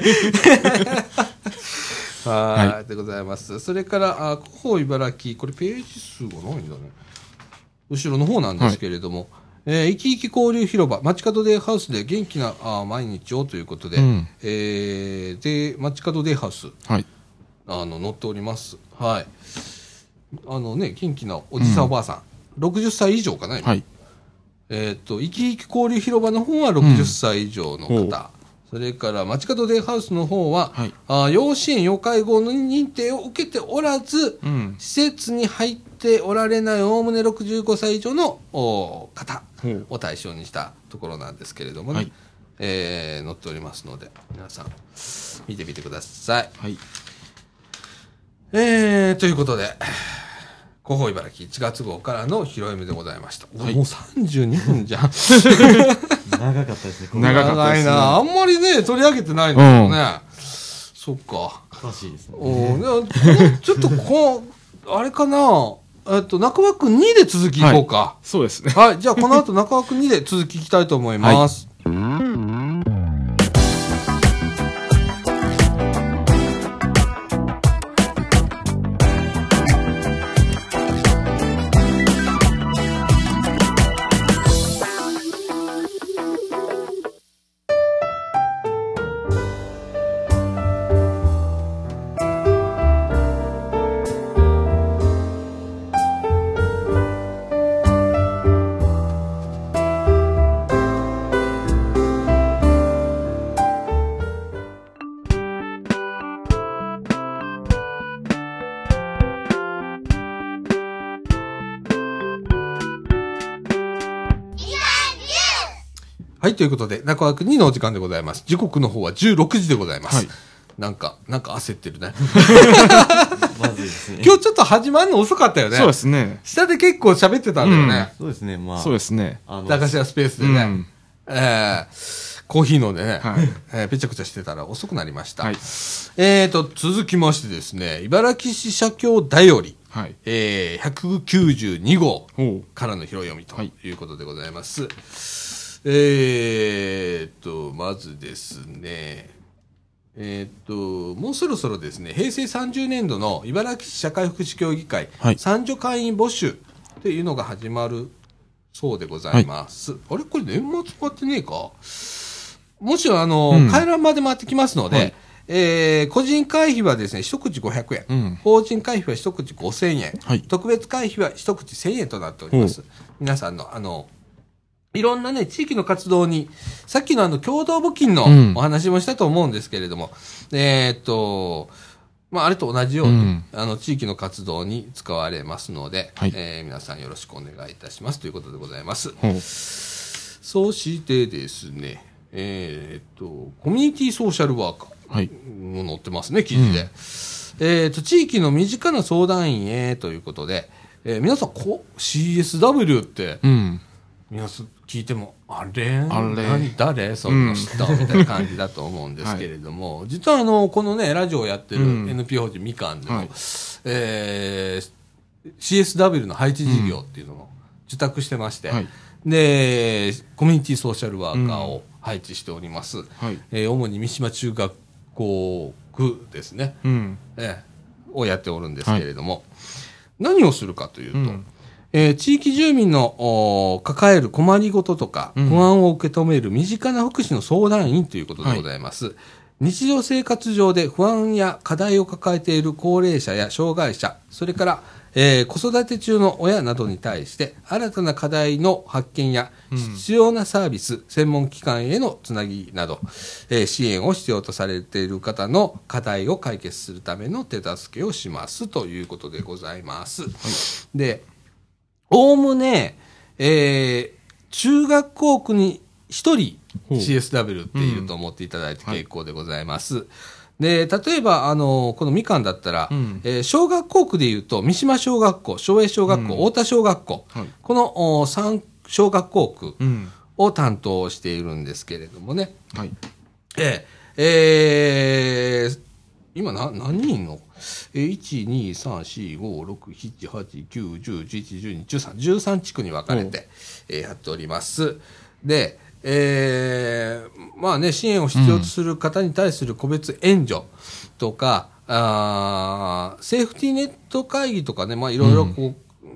はい、でございます。それから、あ、広報茨城、これページ数がないんだね。後ろの方なんですけれども、はい、えー、いきいき交流広場、街角デイハウスで元気なあ毎日をということで、うん、えー、で、街角デイハウス、 はい、 あの、載っております。はい。あのね、元気なおじさん、うん、おばあさん、ろくじゅっさい以上かな、 はい。 えっと、いきいき交流広場の方はろくじゅっさい以上の方、うん、それから街角デイハウスの方は、はい、あ養子縁要介護の認定を受けておらず、うん、施設に入っておられないおおむねろくじゅうごさい以上のお方を対象にしたところなんですけれどもね、はい、えー、載っておりますので皆さん見てみてください。 はい、 えー、ということで広報茨城いちがつ号からの拾い目でございました。はい、もうさんじゅうにふんじゃん。 長かったですね。 長かったですね。 長いな。あんまりね、取り上げてないんだけどね。うん、そっか。 詳しいですね。 おちょっとこう、あれかな。えっと、中枠にで続きいこうか。 はい、そうですね。 はい。じゃあ、この後中枠にで続きいきたいと思います。はい、はい、ということで、中枠にのお時間でございます。時刻の方はじゅうろくじでございます。はい、なんか、なんか焦ってるね。 まずいですね。 今日ちょっと始まるの遅かったよね。 そうですね。 下で結構喋ってたんだよね。 うん、そうですね、まあ。 そうですね。 駄菓子屋スペースでね。うん、えー、コーヒー飲んでね、はい、えー、ぺちゃくちゃしてたら遅くなりました。はい、えーと、続きましてですね、茨城市社協だより、はい、えー、ひゃくきゅうじゅうにごうからの拾い読みということでございます。はい、えーと、まずですね、えーと、もうそろそろですね、へいせいさんじゅうねんどの茨城市社会福祉協議会、はい、参助会員募集っていうのが始まるそうでございます。はい、あれこれ年末終わってねえかもしあの、うん、回覧まで回ってきますので、はい、 えー、個人会費はですね、一口ごひゃくえん。うん、法人会費は一口ごせんえん。はい、特別会費は一口せんえんとなっております。皆さんの、あの、いろんなね、地域の活動に、さっきのあの、共同募金のお話もしたと思うんですけれども、うん、えー、っと、まあ、あれと同じように、うん、あの、地域の活動に使われますので、はい、えー、皆さんよろしくお願いいたしますということでございます。うん、そしてですね、えー、っと、コミュニティソーシャルワーカーも載ってますね、記事で。うん、えー、っと、地域の身近な相談員へということで、えー、皆さん、こう、シーエスダブリューって、うん、皆さん聞いても、あれあれ何誰そんな知ったみたいな感じだと思うんですけれども、はい、実はあの、このね、ラジオをやってる エヌピーオー 法人みかんでも、はい、えー、シーエスダブリュー の配置事業っていうのを受託してまして、はい、で、コミュニティソーシャルワーカーを配置しております。うん、はい、えー、主に三島中学校区ですね、うん、えー、をやっておるんですけれども、はい、何をするかというと、うん、えー、地域住民の抱える困りごととか、うん、不安を受け止める身近な福祉の相談員ということでございます。はい、日常生活上で不安や課題を抱えている高齢者や障害者、それから、えー、子育て中の親などに対して新たな課題の発見や必要なサービス、うん、専門機関へのつなぎなど、えー、支援を必要とされている方の課題を解決するための手助けをしますということでございます。はい、で、おおむね、えー、中学校区に一人 シーエスダブリュー っていると思っていただいて結構でございます。うん、はい、で、例えば、あの、このみかんだったら、うん、えー、小学校区でいうと、三島小学校、昭栄小学校、うん、太田小学校、はい、このさん小学校区を担当しているんですけれどもね。はい、えー、えー、今な、何人のいち、に、さん、よん、ご、ろく、なな、はち、きゅう、じゅう、じゅういち、じゅうに、じゅうさん、じゅうさん地区に分かれて、えー、やっております。で、えー、まあね、支援を必要とする方に対する個別援助とか、うん、あセーフティーネット会議とかね、まあいろいろこう、うん、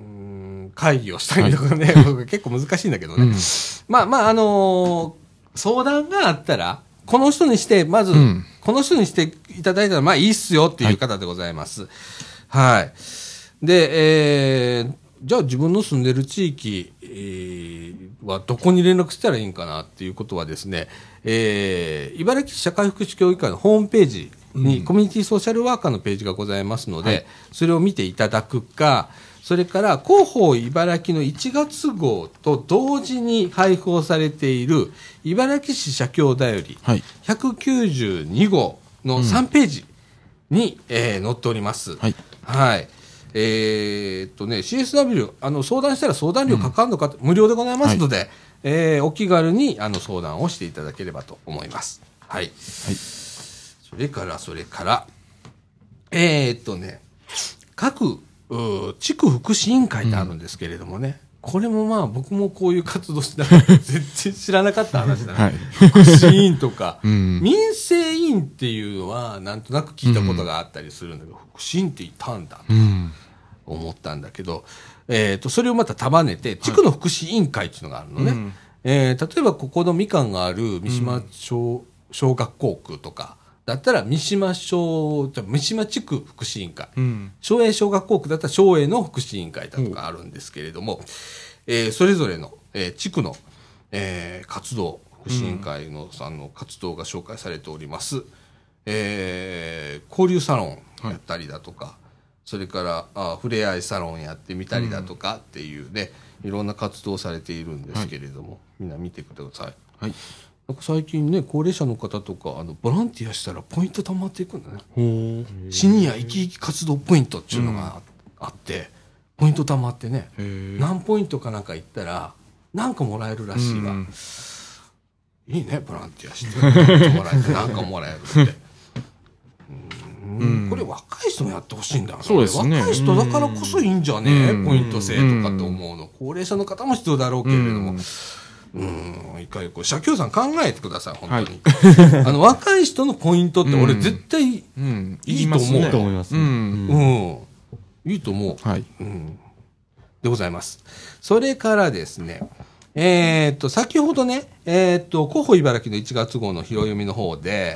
会議をしたりとかね、はい、結構難しいんだけどね。うん、まあまあ、あのー、相談があったら、この人にして、まず、うん、この人にしていただいたら、まあいいっすよっていう方でございます。はい。はい、で、えー、じゃあ自分の住んでる地域、えー、はどこに連絡したらいいんかなっていうことはですね、えー、茨城市社会福祉協議会のホームページにコミュニティソーシャルワーカーのページがございますので、はい、それを見ていただくか、それから広報茨城のいちがつ号と同時に配布をされている茨城市社協だよりひゃくきゅうじゅうに号のさんページに、うん、えー、載っております。はい。はい。えー、っとね、シーエスダブリュー、あの、相談したら相談料かかるのか、うん、無料でございますので、はい、えー、お気軽に、あの、相談をしていただければと思います。はい。はい。それから、それから、えー、っとね、各、地区福祉委員会ってあるんですけれどもね、うん、これもまあ、僕もこういう活動してなかった全然知らなかった話だね。はい、福祉委員とか、うん、民生委員っていうのは、なんとなく聞いたことがあったりするんだけど、うん、福祉委員っていたんだと。うん思ったんだけど、えっと、それをまた束ねて、地区の福祉委員会っていうのがあるのね。はい、えー、例えばここのみかんがある三島小、うん、小学校区とか、だったら三島小、じゃ三島地区福祉委員会。うん、昭栄小学校区だったら昭栄の福祉委員会だとかあるんですけれども、うん、えー、それぞれの、えー、地区の、えー、活動、福祉委員会のさんの活動が紹介されております。うん、えー、交流サロンやったりだとか、はい、それからあふれあいサロンやってみたりだとかっていうね、うん、いろんな活動をされているんですけれども、はい、みんな見てください。はい。なんか最近ね、高齢者の方とかあのボランティアしたらポイント貯まっていくんだね。シニア生き生き活動ポイントっていうのがあって、うん、ポイント貯まってね、何ポイントかなんか行ったらなんかもらえるらしいわ。うん、いいね、ボランティアしてもらえてなんかもらえるって。うん、これ若い人もやってほしいんだよね。そうですね。若い人だからこそいいんじゃねえ、ポイント制とかって思うの。高齢者の方も必要だろうけれども。うん、一回こう社協さん考えてください、本当に。はい、あの若い人のポイントって俺絶対いいと思う。いいと思います。うん。うん。いいと思う。はい。うん。でございます。それからですね、えー、っと、先ほどね、えー、っと、広報茨城のいちがつ号の拾い読みの方で、はい、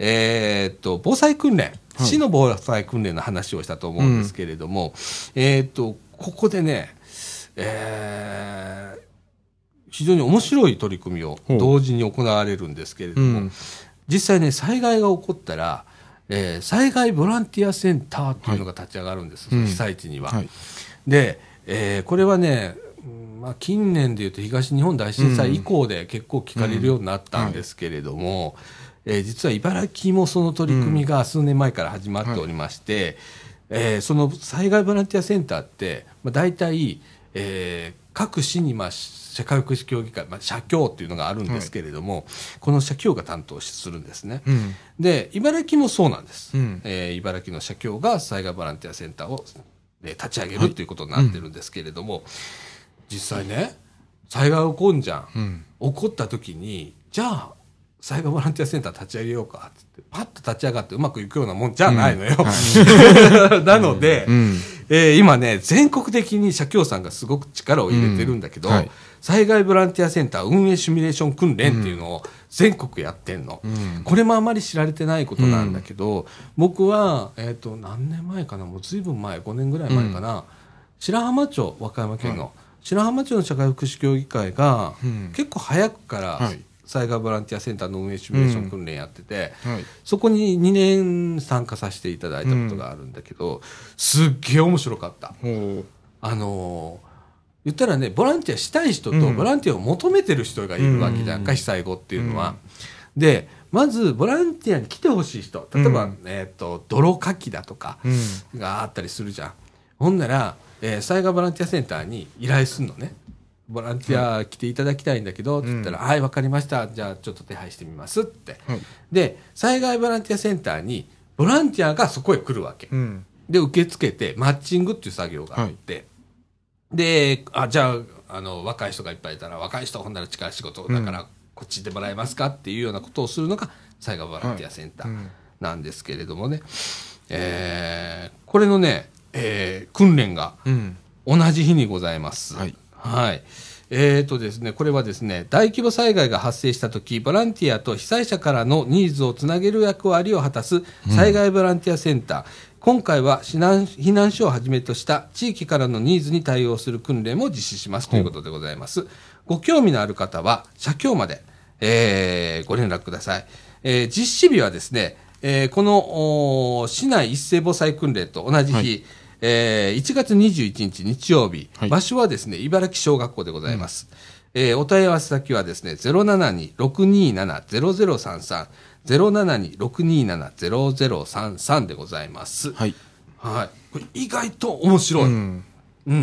えー、っと、防災訓練、はい、市の防災訓練の話をしたと思うんですけれども、うん、えー、っと、ここでね、えー、非常に面白い取り組みを同時に行われるんですけれども、うん、実際ね、災害が起こったら、えー、災害ボランティアセンターっていうのが立ち上がるんです、はい、被災地には。うんはい、で、えー、これはね、まあ、近年でいうと東日本大震災以降で結構聞かれるようになったんですけれども、うんうんはい、えー、実は茨城もその取り組みが数年前から始まっておりまして、うんはいえー、その災害ボランティアセンターって、まあ、大体、えー、各市に、まあ、社会福祉協議会、まあ、社協っていうのがあるんですけれども、はい、この社協が担当するんですね、うん、で茨城もそうなんです、うんえー、茨城の社協が災害ボランティアセンターを、えー、立ち上げるということになってるんですけれども、はいうん、実際ね災害起こんじゃん、うん、起こった時にじゃあ災害ボランティアセンター立ち上げようかってパッと立ち上がってうまくいくようなもんじゃないのよ、うんはい、なので、うんえー、今ね全国的に社協さんがすごく力を入れてるんだけど、うんはい、災害ボランティアセンター運営シミュレーション訓練っていうのを全国やってんの、うん、これもあまり知られてないことなんだけど、うん、僕は、えーと、何年前かなもうずいぶん前ごねんぐらい前かな、うん、白浜町和歌山県の、はい、白浜町の社会福祉協議会が、うん、結構早くから、はい災害ボランティアセンターの運営シミュレーション訓練やってて、うんはい、そこににねん参加させていただいたことがあるんだけど、うん、すっげえ面白かった。あのー、言ったらねボランティアしたい人とボランティアを求めてる人がいるわけじゃんか、うん、被災後っていうのは、うん、でまずボランティアに来てほしい人例えば、うんえー、と泥かきだとかがあったりするじゃん、うん、ほんなら、えー、災害ボランティアセンターに依頼するのねボランティア来ていただきたいんだけど、って言ったら、うん、はい、わかりました。じゃあちょっと手配してみますって、はい。で、災害ボランティアセンターにボランティアがそこへ来るわけ。うん、で、受け付けてマッチングっていう作業があって、はい、で、あ、じゃあ、あの、若い人がいっぱいいたら、若い人ほんなら力仕事だから、こっちでもらえますかっていうようなことをするのが災害ボランティアセンターなんですけれどもね。はいうんえー、これのね、えー、訓練が同じ日にございます。はいはい。えーとですね、これはですね、大規模災害が発生したとき、ボランティアと被災者からのニーズをつなげる役割を果たす災害ボランティアセンター。うん、今回は避難、避難所をはじめとした地域からのニーズに対応する訓練も実施しますということでございます。うん、ご興味のある方は、社協まで、えー、ご連絡ください。えー、実施日はですね、えー、この市内一斉防災訓練と同じ日、はいえー、いちがつにじゅういちにち日曜日、はい、場所はですね、茨城小学校でございます。うんえー、お問い合わせ先はですね、ゼロななに ろくにーなな ゼロゼロさんさん、ゼロななに ろくにーなな ゼロゼロさんさんでございます。はい。はい。これ意外と面白い。うん。うん、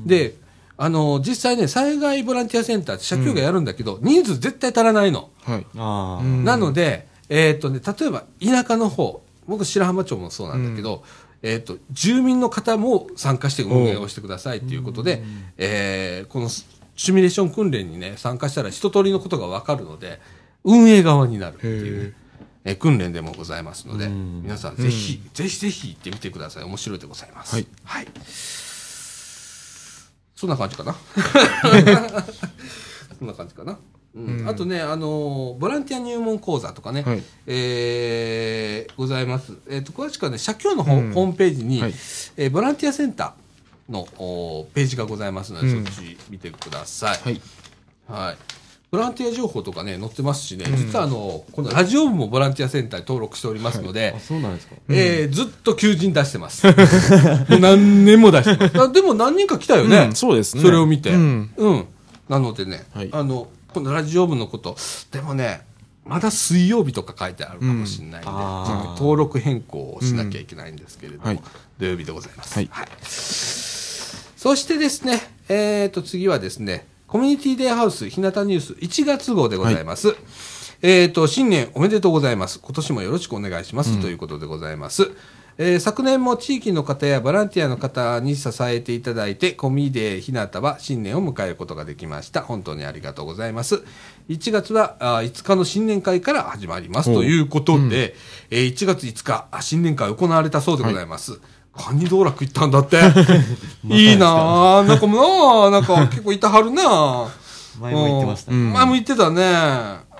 で、あの、実際ね、災害ボランティアセンターって社協がやるんだけど、うん、人数絶対足らないの。はい。あなので、えーっとね、例えば田舎の方、僕白浜町もそうなんだけど、うんえーと、住民の方も参加して運営をしてくださいということで、えー、このシミュレーション訓練にね、参加したら一通りのことが分かるので、運営側になるっていう、ねえー、訓練でもございますので、皆さんぜひ、ぜひぜひ行ってみてください。面白いでございます。はい。はい、そんな感じかな。そんな感じかな。うんうん、あとね、あのー、ボランティア入門講座とかね、はい、えー、ございます。えっ、ー、と、詳しくはね、社協のホ,、うん、ホームページに、はいえー、ボランティアセンターのページがございますので、うん、そっち見てください。はい。はい。ボランティア情報とかね、載ってますしね、うん、実はあの、このラジオ部もボランティアセンターに登録しておりますので、はい、あ、そうなんですか。えー、ずっと求人出してます。もう何年も出してます。でも何人か来たよね。うん、そうですね。それを見て。うん。うん、なのでね、はい、あの、このラジオ部のこと、でもね、まだ水曜日とか書いてあるかもしれないんで、うん、登録変更をしなきゃいけないんですけれども、うんはい、土曜日でございます。はいはい、そしてですね、えーと、次はですね、コミュニティデイハウス日向ニュースいちがつ号でございます。はい、えーと、新年おめでとうございます。今年もよろしくお願いします、うん、ということでございます。えー、昨年も地域の方やボランティアの方に支えていただいて、コミデイひなたは新年を迎えることができました。本当にありがとうございます。いちがつはいつかの新年会から始まりますということで、うんえー、いちがついつか新年会行われたそうでございます。はい、カニ道楽行ったんだって。いいなぁ。なんかもうなぁ、なんか結構いたはるなぁ。 前も言ってましたね。 前も言ってたね。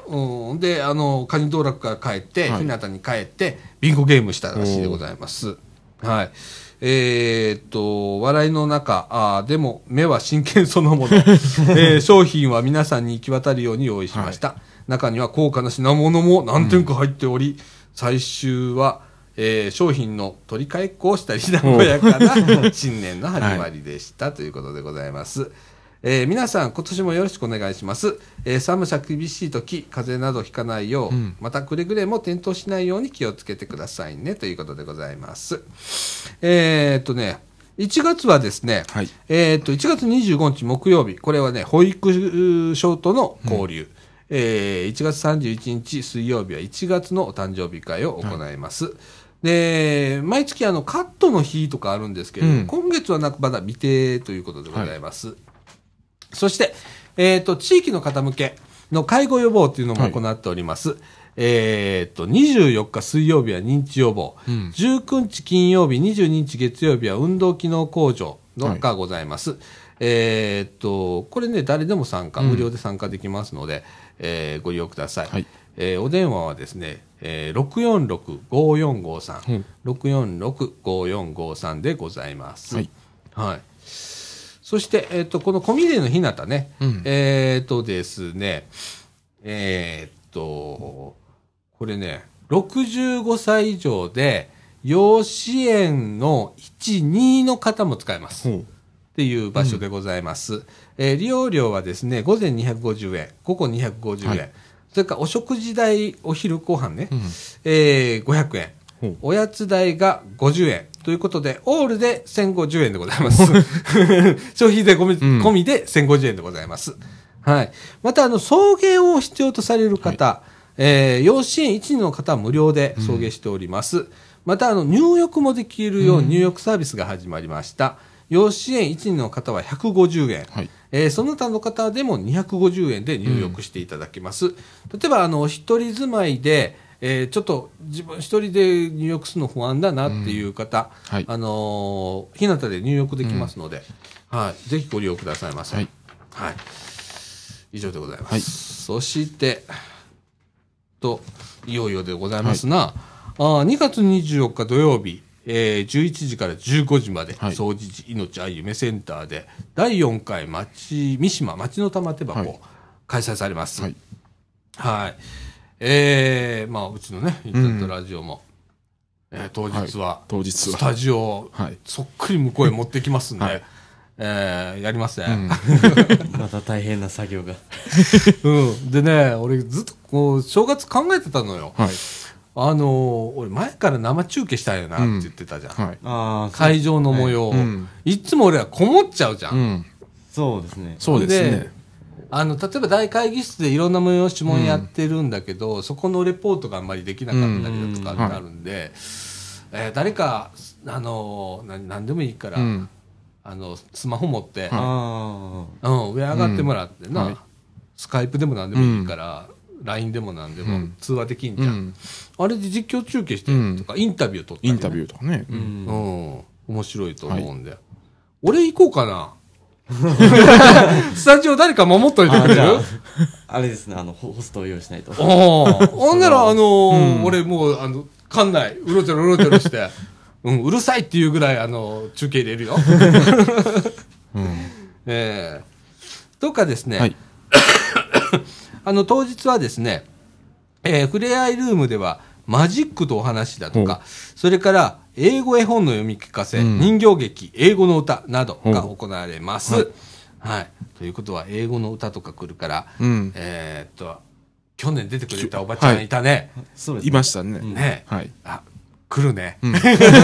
うん、で、あの、カニ道楽から帰って、 はい日向に帰って、ビンゴゲームしたらしいでございます。はい。えー、っと、笑いの中、あでも目は真剣そのもの、えー、商品は皆さんに行き渡るように用意しました。はい、中には高価な品物も何点か入っており、うん、最終は、えー、商品の取り替えっこをしたり和やかな新年の始まりでした、はい、ということでございます。えー、皆さん今年もよろしくお願いします。えー、寒さ厳しい時、風邪などひかないよう、うん、またくれぐれも転倒しないように気をつけてくださいねということでございます。えー、っとね、いちがつはですね、はい、えー、っといちがつにじゅうごにち木曜日、これはね保育所との交流、うん、えー、いちがつさんじゅういちにち水曜日はいちがつのお誕生日会を行います。はい、で毎月あのカットの日とかあるんですけれども、うん、今月はなんかまだ未定ということでございます。はい、そして、えっと、地域の方向けの介護予防というのも行っております。はい、えっと、にじゅうよっか水曜日は認知予防、うん、じゅうくにち金曜日、にじゅうににち月曜日は運動機能向上のがございます。はい、えっと、これね、誰でも参加、無料で参加できますので、うん、えー、ご利用ください。はい、えー、お電話はですね、えー、ろくよんろくごよんごさん、うん、ろくよんろくごよんごさんでございます。はい。はい。そして、えっと、このコミデの日向ね、うん、えっとですね、えー、っと、これね、ろくじゅうごさい以上で、養子縁のいち、にの方も使えます。っていう場所でございます。うん、えー、利用料はですね、午前にひゃくごじゅうえん、午後にひゃくごじゅうえん、はい、それからお食事代、お昼ご飯ね、うん、えー、ごひゃくえん、おやつ代がごじゅうえん。ということで、オールでせんごじゅうえんでございます。消費税込み、うん、込みでせんごじゅうえんでございます。はい。また、あの、送迎を必要とされる方、はい、えー、養子縁いちの方は無料で送迎しております。うん、また、あの、入浴もできるよう入浴サービスが始まりました。養子縁いちの方はひゃくごじゅうえん。はい、えー、その他の方でもにひゃくごじゅうえんで入浴していただけます。うん、例えば、あの、一人住まいで、えー、ちょっと自分一人で入浴するの不安だなっていう方、うん、はい、あのー、日向で入浴できますので、うん、はい、ぜひご利用くださいませ。はい。はい。以上でございます。はい、そして、と、いよいよでございますな、はい、あにがつにじゅうよっか土曜日、えー、じゅういちじからじゅうごじまで、はい、総持寺命愛夢センターで、だいよんかい町、三島町の玉手箱、はい、開催されます。はい。はい。えー、まあ、うちのね、インターネットラジオも、うん、えー、当日は、はい、当日は、スタジオを、はい、そっくり向こうへ持ってきますんで、はい、えー、やりますね。うん、 また大変な作業が。 うん。でね、俺ずっとこう、正月考えてたのよ。はい。あのー、俺前から生中継したいよなって言ってたじゃん。うん、はい、あ会場の模様、はい、うん、いつも俺はこもっちゃうじゃん。うん、 そうですね。 そうですね。 あの、例えば大会議室でいろんな催し物やってるんだけど、うん、そこのレポートがあんまりできなかったりだとかになるんで、うんうんはい、えー、誰か、あのー、な、なんでもいいから、うん、あの、スマホ持って、はい、うん、上上がってもらってな、うんはい、スカイプでもなんでもいいから、うん、ライン でもなんでも通話できんじゃん。うん、あれで実況中継してるとか、うん、インタビュー撮ったり、ね、 インタビューとかね。 うん。うん、面白いと思うんで。はい、俺行こうかな。スタジオ誰か守っといてくれる？ あ, あれですね、あの、ホストを用意しないと。 ああ。ほんなら、あのーうん、俺もう、あの、館内、うろちょろうろちょろして、うん、うるさいっていうぐらい、あの、中継入れるよ。うん、ええー。とかですね、はい、あの、当日はですね、えー、ふれあいルームでは、マジックとお話だとか、それから、英語絵本の読み聞かせ、うん、人形劇、英語の歌などが行われます。はい、はい。ということは、英語の歌とか来るから、うん、えー、っと、去年出てくれたおばちゃんいたね。 はい、そうですね。いましたね。 ね。 はい。 あ、来るね。うん、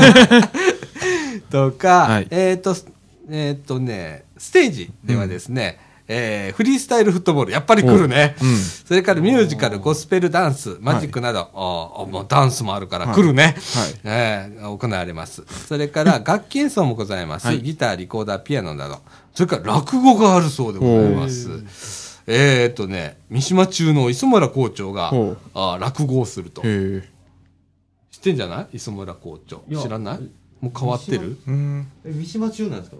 とか、はい、えー、っと、えー、っとね、ステージではですね、うんえー、フリースタイルフットボール、やっぱり来るね。うん、それからミュージカル、ゴスペルダンス、マジックなど、はい、おもうダンスもあるから来るね。はいはいえー、行われます。それから楽器演奏もございます。はい、ギター、リコーダー、ピアノなど。それから落語があるそうでございます。えーっとね、三島中の磯村校長があ落語をすると。知ってんじゃない磯村校長。知らないもう変わってるうんえ三島中なんですか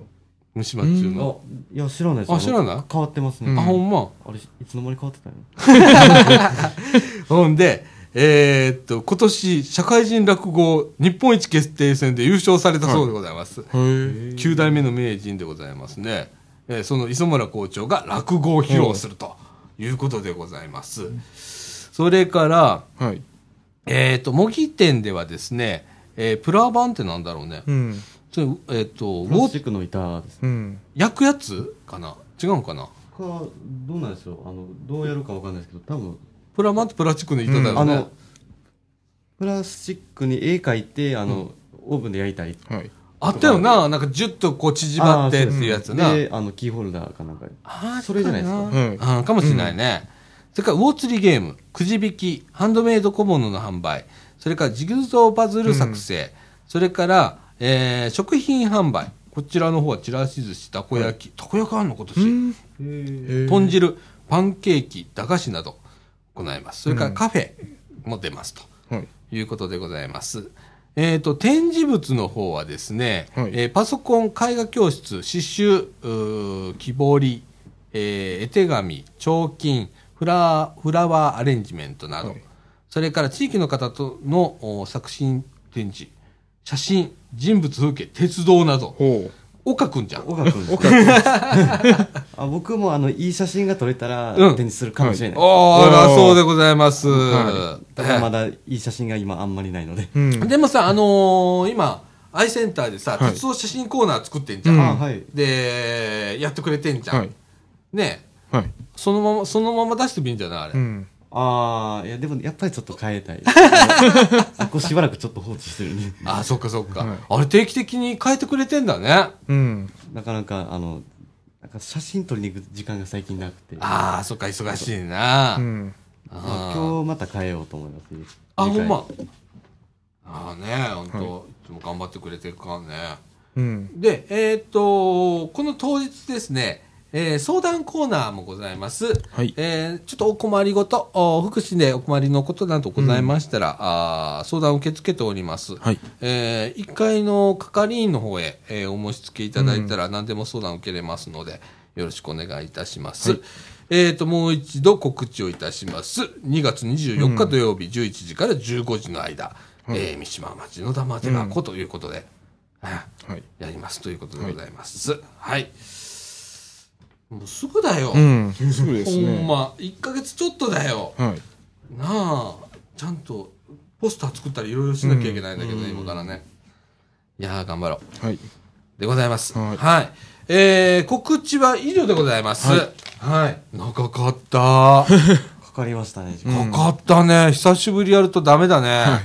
虫歯っちゅうの。 いや、知らないです。 あ、知らない？ 変わってますね。 あ、ほんま。 あれ、いつの間に変わってたの？ ほんで、えー、っと、今年、社会人落語日本一決定戦で優勝されたそうでございます。 はい、 きゅう代目の名人でございますね。えー、その磯村校長が落語を披露するということでございます。うん、それから、 はい、 えー、っと、模擬店ではですね、えー、プラバンってなんだろうね。 うん、 それえー、っと、 プラスチックの板です、ね。うん。 焼くやつかな？違うかな？か、 どうなんですよ。あの、どうやるかわかんないですけど、多分。 プラバンってプラスチックの板だよね。うん、あの、 プラスチックに絵描いて、あの、うん、オーブンで焼いたり。はい。 あったよな、なんかジュッとこう縮まってっていうやつな。 で、あの、キーホルダーかなんか。 ああ、 それじゃないですか。 うん、かもしれないね。うん、それから、魚釣りゲーム、くじ引き、ハンドメイド小物の販売、それからジグゾーパズル作成、うん、それから、えー、食品販売。こちらの方はちらし寿司、たこ焼き。たこ焼きあるの今年。うん、豚汁、パンケーキ、駄菓子など行います。それからカフェも出ますと。うん、いうことでございます。えっと、展示物の方はですね、はい、えー、パソコン、絵画教室、刺繍、木彫り、えー、絵手紙、彫金、フラフラワーアレンジメントなど、はい、それから地域の方との作品展示、写真、人物風景、鉄道など、岡くんじゃん。 岡くん。岡くん。あ、僕もあの、いい写真が撮れたら、展示するかもしれない。 うん、はい、ああ、そうでございます。はい、ただまだいい写真が今あんまりないので。 うん、でもさ、あのー、今、アイセンターでさ、はい、鉄道写真コーナー作ってんじゃん。うん、はい、で、やってくれてんじゃん。はい、ねえ、はい。そのまま、そのまま出してもいいんじゃないあれ。うん、 ああ、いや、でもやっぱりちょっと変えたい。そこしばらくちょっと放置してるね。 ああ、そっかそっか、はい。あれ定期的に変えてくれてんだね。 うん。なかなか、あの、なんか写真撮りに行く時間が最近なくて。 ああ、そっか、忙しいな。うん。 あ今日また変えようと思います。 あ、ほんま。ああね、ほんと、はい、いつも頑張ってくれてるからね。うん。で、えー、っと、この当日ですね、えー、相談コーナーもございます。はい。えー、ちょっとお困りごと、福祉でお困りのことなどございましたら、うん、あ相談を受け付けております。はい。えー、いっかいの係員の方へ、えー、お申し付けいただいたら、何でも相談を受けれますので、よろしくお願いいたします。はい、えーと、もう一度告知をいたします。にがつにじゅうよっか土曜日、じゅういちじからじゅうごじの間、うん、えー、三島町の玉手箱ということで、うん、はい、やりますということでございます。はい。はいもうすぐだよ。うん、すぐですね。ほんま、いっかげつちょっとだよ。はい。なあ、ちゃんとポスター作ったりいろいろしなきゃいけないんだけどね、うん、今からね。いやー、頑張ろう。はい。でございます。はい。はい、えー、告知は以上でございます。はい。はい、長かった。かかりましたね。 かかったね。久しぶりやるとダメだね。はい。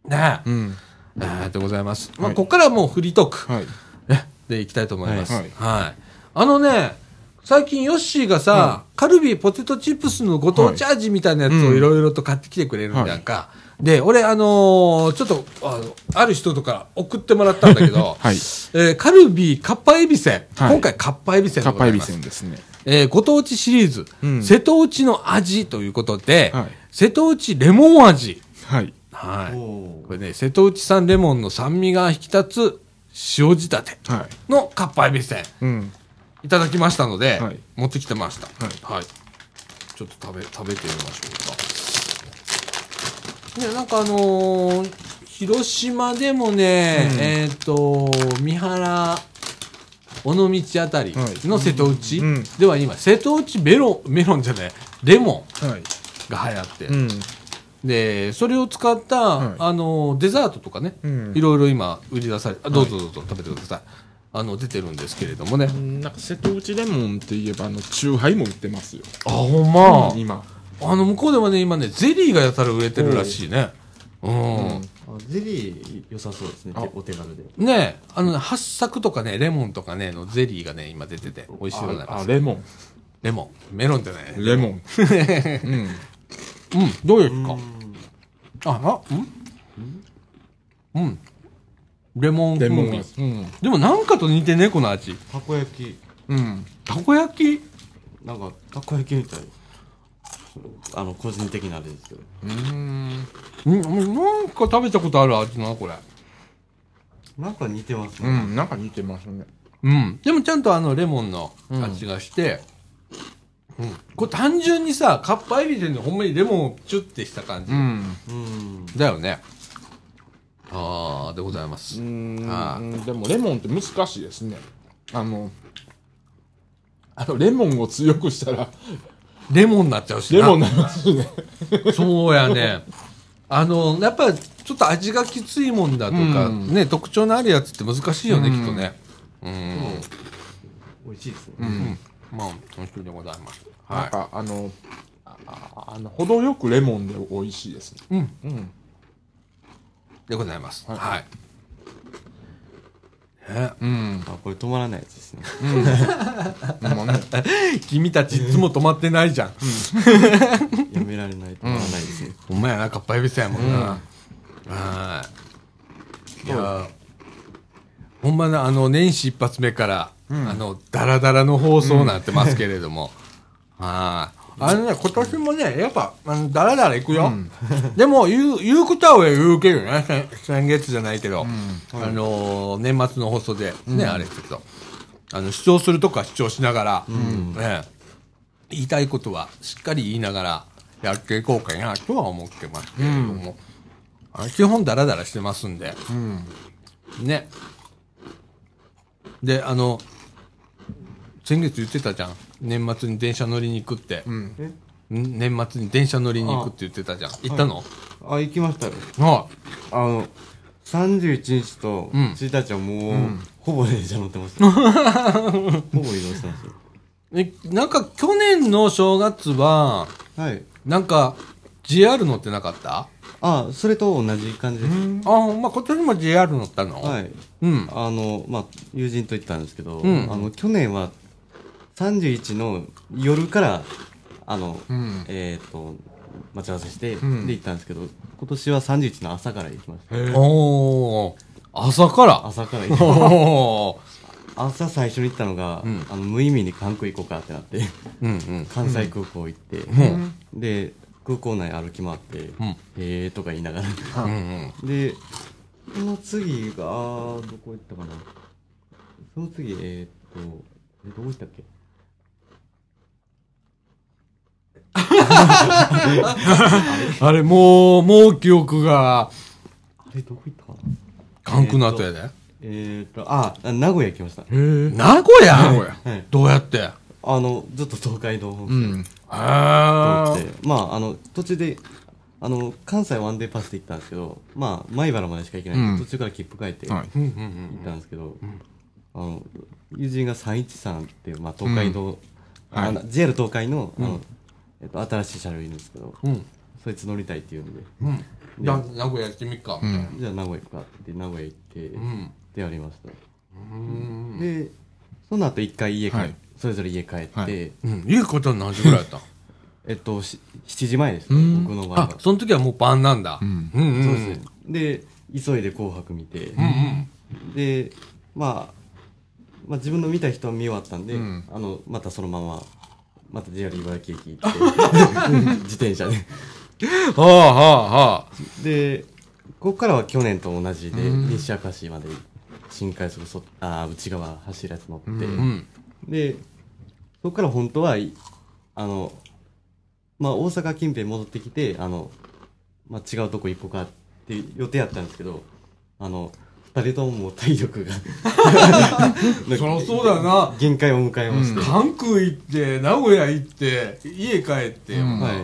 ねえ。うん。えー、でございます。まあ、ここからはもうフリートーク。はい。ね、でいきたいと思います。はい。はい。あのね、最近ヨッシーがさ、うん、カルビーポテトチップスのご当地味みたいなやつをいろいろと買ってきてくれるんだんか。はい、で、俺あのー、ちょっとあの、ある人とか送ってもらったんだけど、はい、えー、カルビーカッパエビせん。はい、今回カッパエビせんでございます。カッパエビせんですね。えー、ご当地シリーズ、うん、瀬戸内の味ということで、はい、瀬戸内レモン味。はい。はい。これね、瀬戸内産レモンの酸味が引き立つ塩仕立てのカッパエビせん。はいうんいただきましたので、はい、持ってきてました、はいはい。ちょっと食べ、食べてみましょうか。ね、なんかあのー、広島でもね、うん、えっ、ー、と、三原、尾道あたりの瀬戸内、はい、では今、瀬戸内メロン、メロンじゃない、レモンが流行って、はいうん、で、それを使った、はい、あのー、デザートとかね、うん、いろいろ今売り出されて、どうぞどうぞ食べてください。あの出てるんですけれどもね。 なんか瀬戸内レモンって言えばあのチューハイも売ってますよ。 あほんま、うん、今あの向こうではね今ねゼリーがやたら売れてるらしいね。うん、うん、 あゼリー良さそうですね。お手軽でねあの八朔とかねレモンとかねのゼリーがね今出てて美味しいございます。 あレモンレモンメロンじゃないレモンうん、うん、どうですか。ああうんうんレモン風味、うん、でもなんかと似てねこの味。 たこ焼きうんたこ焼きなんかたこ焼きみたいあの個人的なあれですけどうーんなんか食べたことある味なこれなんか似てますねうんなんか似てますねうん。でもちゃんとあの、レモンの味がして、うん。うん、これ単純にさ、カッパエビせんでほんまにレモンをチュッてした感じ。うん。うん、だよね。ああ、でございます。 うん。でもレモンって難しいですね。あの、あの、レモンを強くしたら、 レモンになっちゃうしな。 レモンになりますしね。 そうやね。あの、やっぱりちょっと味がきついもんだとか、うん、ね、特徴のあるやつって難しいよね、うん、きっとね。うん。 美味しいですね。 うん。まあ、楽しみでございます。 はい。なんか、あの、あ, あの、程よくレモンで美味しいですね。うん。うん。 でございます。はい。はい、 ね、うん。あ、これ止まらないやつですね。 うん。ね、君たちいつも止まってないじゃん。 やめられない、止まらないですね。 お前やな、かっぱえびせんやもんな。はい。いや、ほんまね、あの、年始一発目から、うん、あの、ダラダラの放送になってますけれども。うん、はい。あのね、今年もね、やっぱ、あの、だらだらいくよ。うん、でも、言う、言うことは言うけどね、先月じゃないけど、うん、あのー、年末の放送で、ね、うん、あれですけど、あの、主張するとこは主張しながら、うん、ね、言いたいことはしっかり言いながらやっていこうかなとは思ってますけれども、うん、基本だらだらしてますんで、うん、ね。で、あの、先月言ってたじゃん。年末に電車乗りに行くって。うん、年末に電車乗りに行くって言ってたじゃん。行ったの？ あ、行きましたよ。はい。あの、さんじゅういちにちとついたちはもう、うん、ほぼ電車乗ってました。ほぼ移動してますよ。 え、なんか去年の正月は、はい。なんか ジェイアール 乗ってなかった？ あ、それと同じ感じです。 あ、まあ今年も ジェイアール 乗ったの？ はい。うん。あの、まあ、友人と行ったんですけど、うん、あの、去年はさんじゅういちの夜から、あの、うん、えっ、ー、と、待ち合わせして、うん、で行ったんですけど、今年はさんじゅういちの朝から行きました。 おー、朝から朝から行きました。朝最初に行ったのが、うん、あの無意味に関空行こうかってなって、うんうん、関西空港行って、うん、で、空港内歩き回って、うん、えーとか言いながら、うんうん、で、その次が、どこ行ったかな。その次、えーっと、え、どこ行ったっけあれ、もう、もう記憶が。あれ、どこ行ったかな。 関空の後やで。 えーっと、あ、名古屋行きました。へー。名古屋、名古屋、はい、どうやって？ あの、ずっと東海道本線。うん。へー。まあ、あの、途中で、あの、関西ワンデーパスで行ったんですけど、まあ、米原までしか行けないんで、うん、途中から切符変えて行ったんですけど、うん、あの、友人がさんいちさんっていう、まあ、東海道、うんはい、ジェイアール 東海の、あの、うん、えっと、新しい車両いるんですけど、うん、そいつ乗りたいっていうんで、うん、 じゃあ、名古屋行ってみっか、みたいな。 じゃあ、名古屋行くかって名古屋行って、うん、でやりました。で、その後一回家帰、はい、それぞれ家帰って、はいうん、家帰ったの何時ぐらいだったえっと、ししちじまえですね、僕の場合は。 あ、その時はもう晩なんだ。うん。うんうん、 そうですね。で、急いで紅白見て、うんうん、で、まあ、まあ自分の見た人は見終わったんで、うん、あの、またそのまま、また ジェイアール 茨城駅行って、自転車で。はあはあはあ。で、ここからは去年と同じで、うん、西明石まで新快速そ、あ内側走るやつ乗って、うん、で、そこから本当は、あの、まあ、大阪近辺戻ってきて、あの、まあ、違うとこ行こうかって予定やったんですけど、あの、二人とももう体力がそりゃそうだよな。 限界を迎えまして。 うん、関空行って、名古屋行って、家帰って、うん、 はい。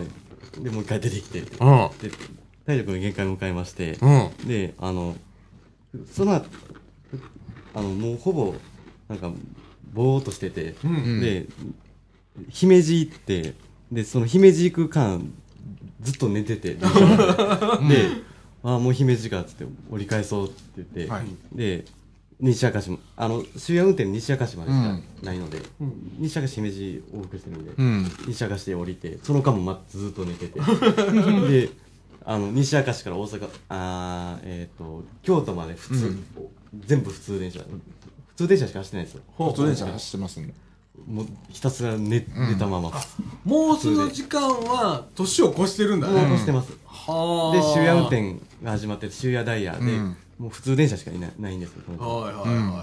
で、もう一回出てきて、うん、で、体力の限界を迎えまして、うん、で、あの、その後、あの、もうほぼ、なんか、ぼーっとしてて、うん、で、姫路行って、で、その姫路行く間、ずっと寝てて、で、ああ、もう姫路かっつって折り返そうって言って、はい、で、西明石も、あの、終夜運転西明石までしかないので、うん、西明石姫路往復してるんで、うん、西明石で降りて、その間も、ま、ずっと寝てて、で、あの、西明石から大阪、あえっ、ー、と、京都まで普通、うん、全部普通電車、普通電車しか走ってないんですよ。 普通電車走ってますね。 もうひたすら 寝,、うん、寝たままもうその時間は年を越してるんだね。 もう越してます、うん、はで終夜運転が始まって終夜ダイヤで、うん、もう普通電車しかいな い, ないんですよ。 はいはいはいは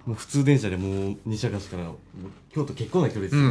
もう普通電車でもう西明石から京都結構な距離ですよ、うん、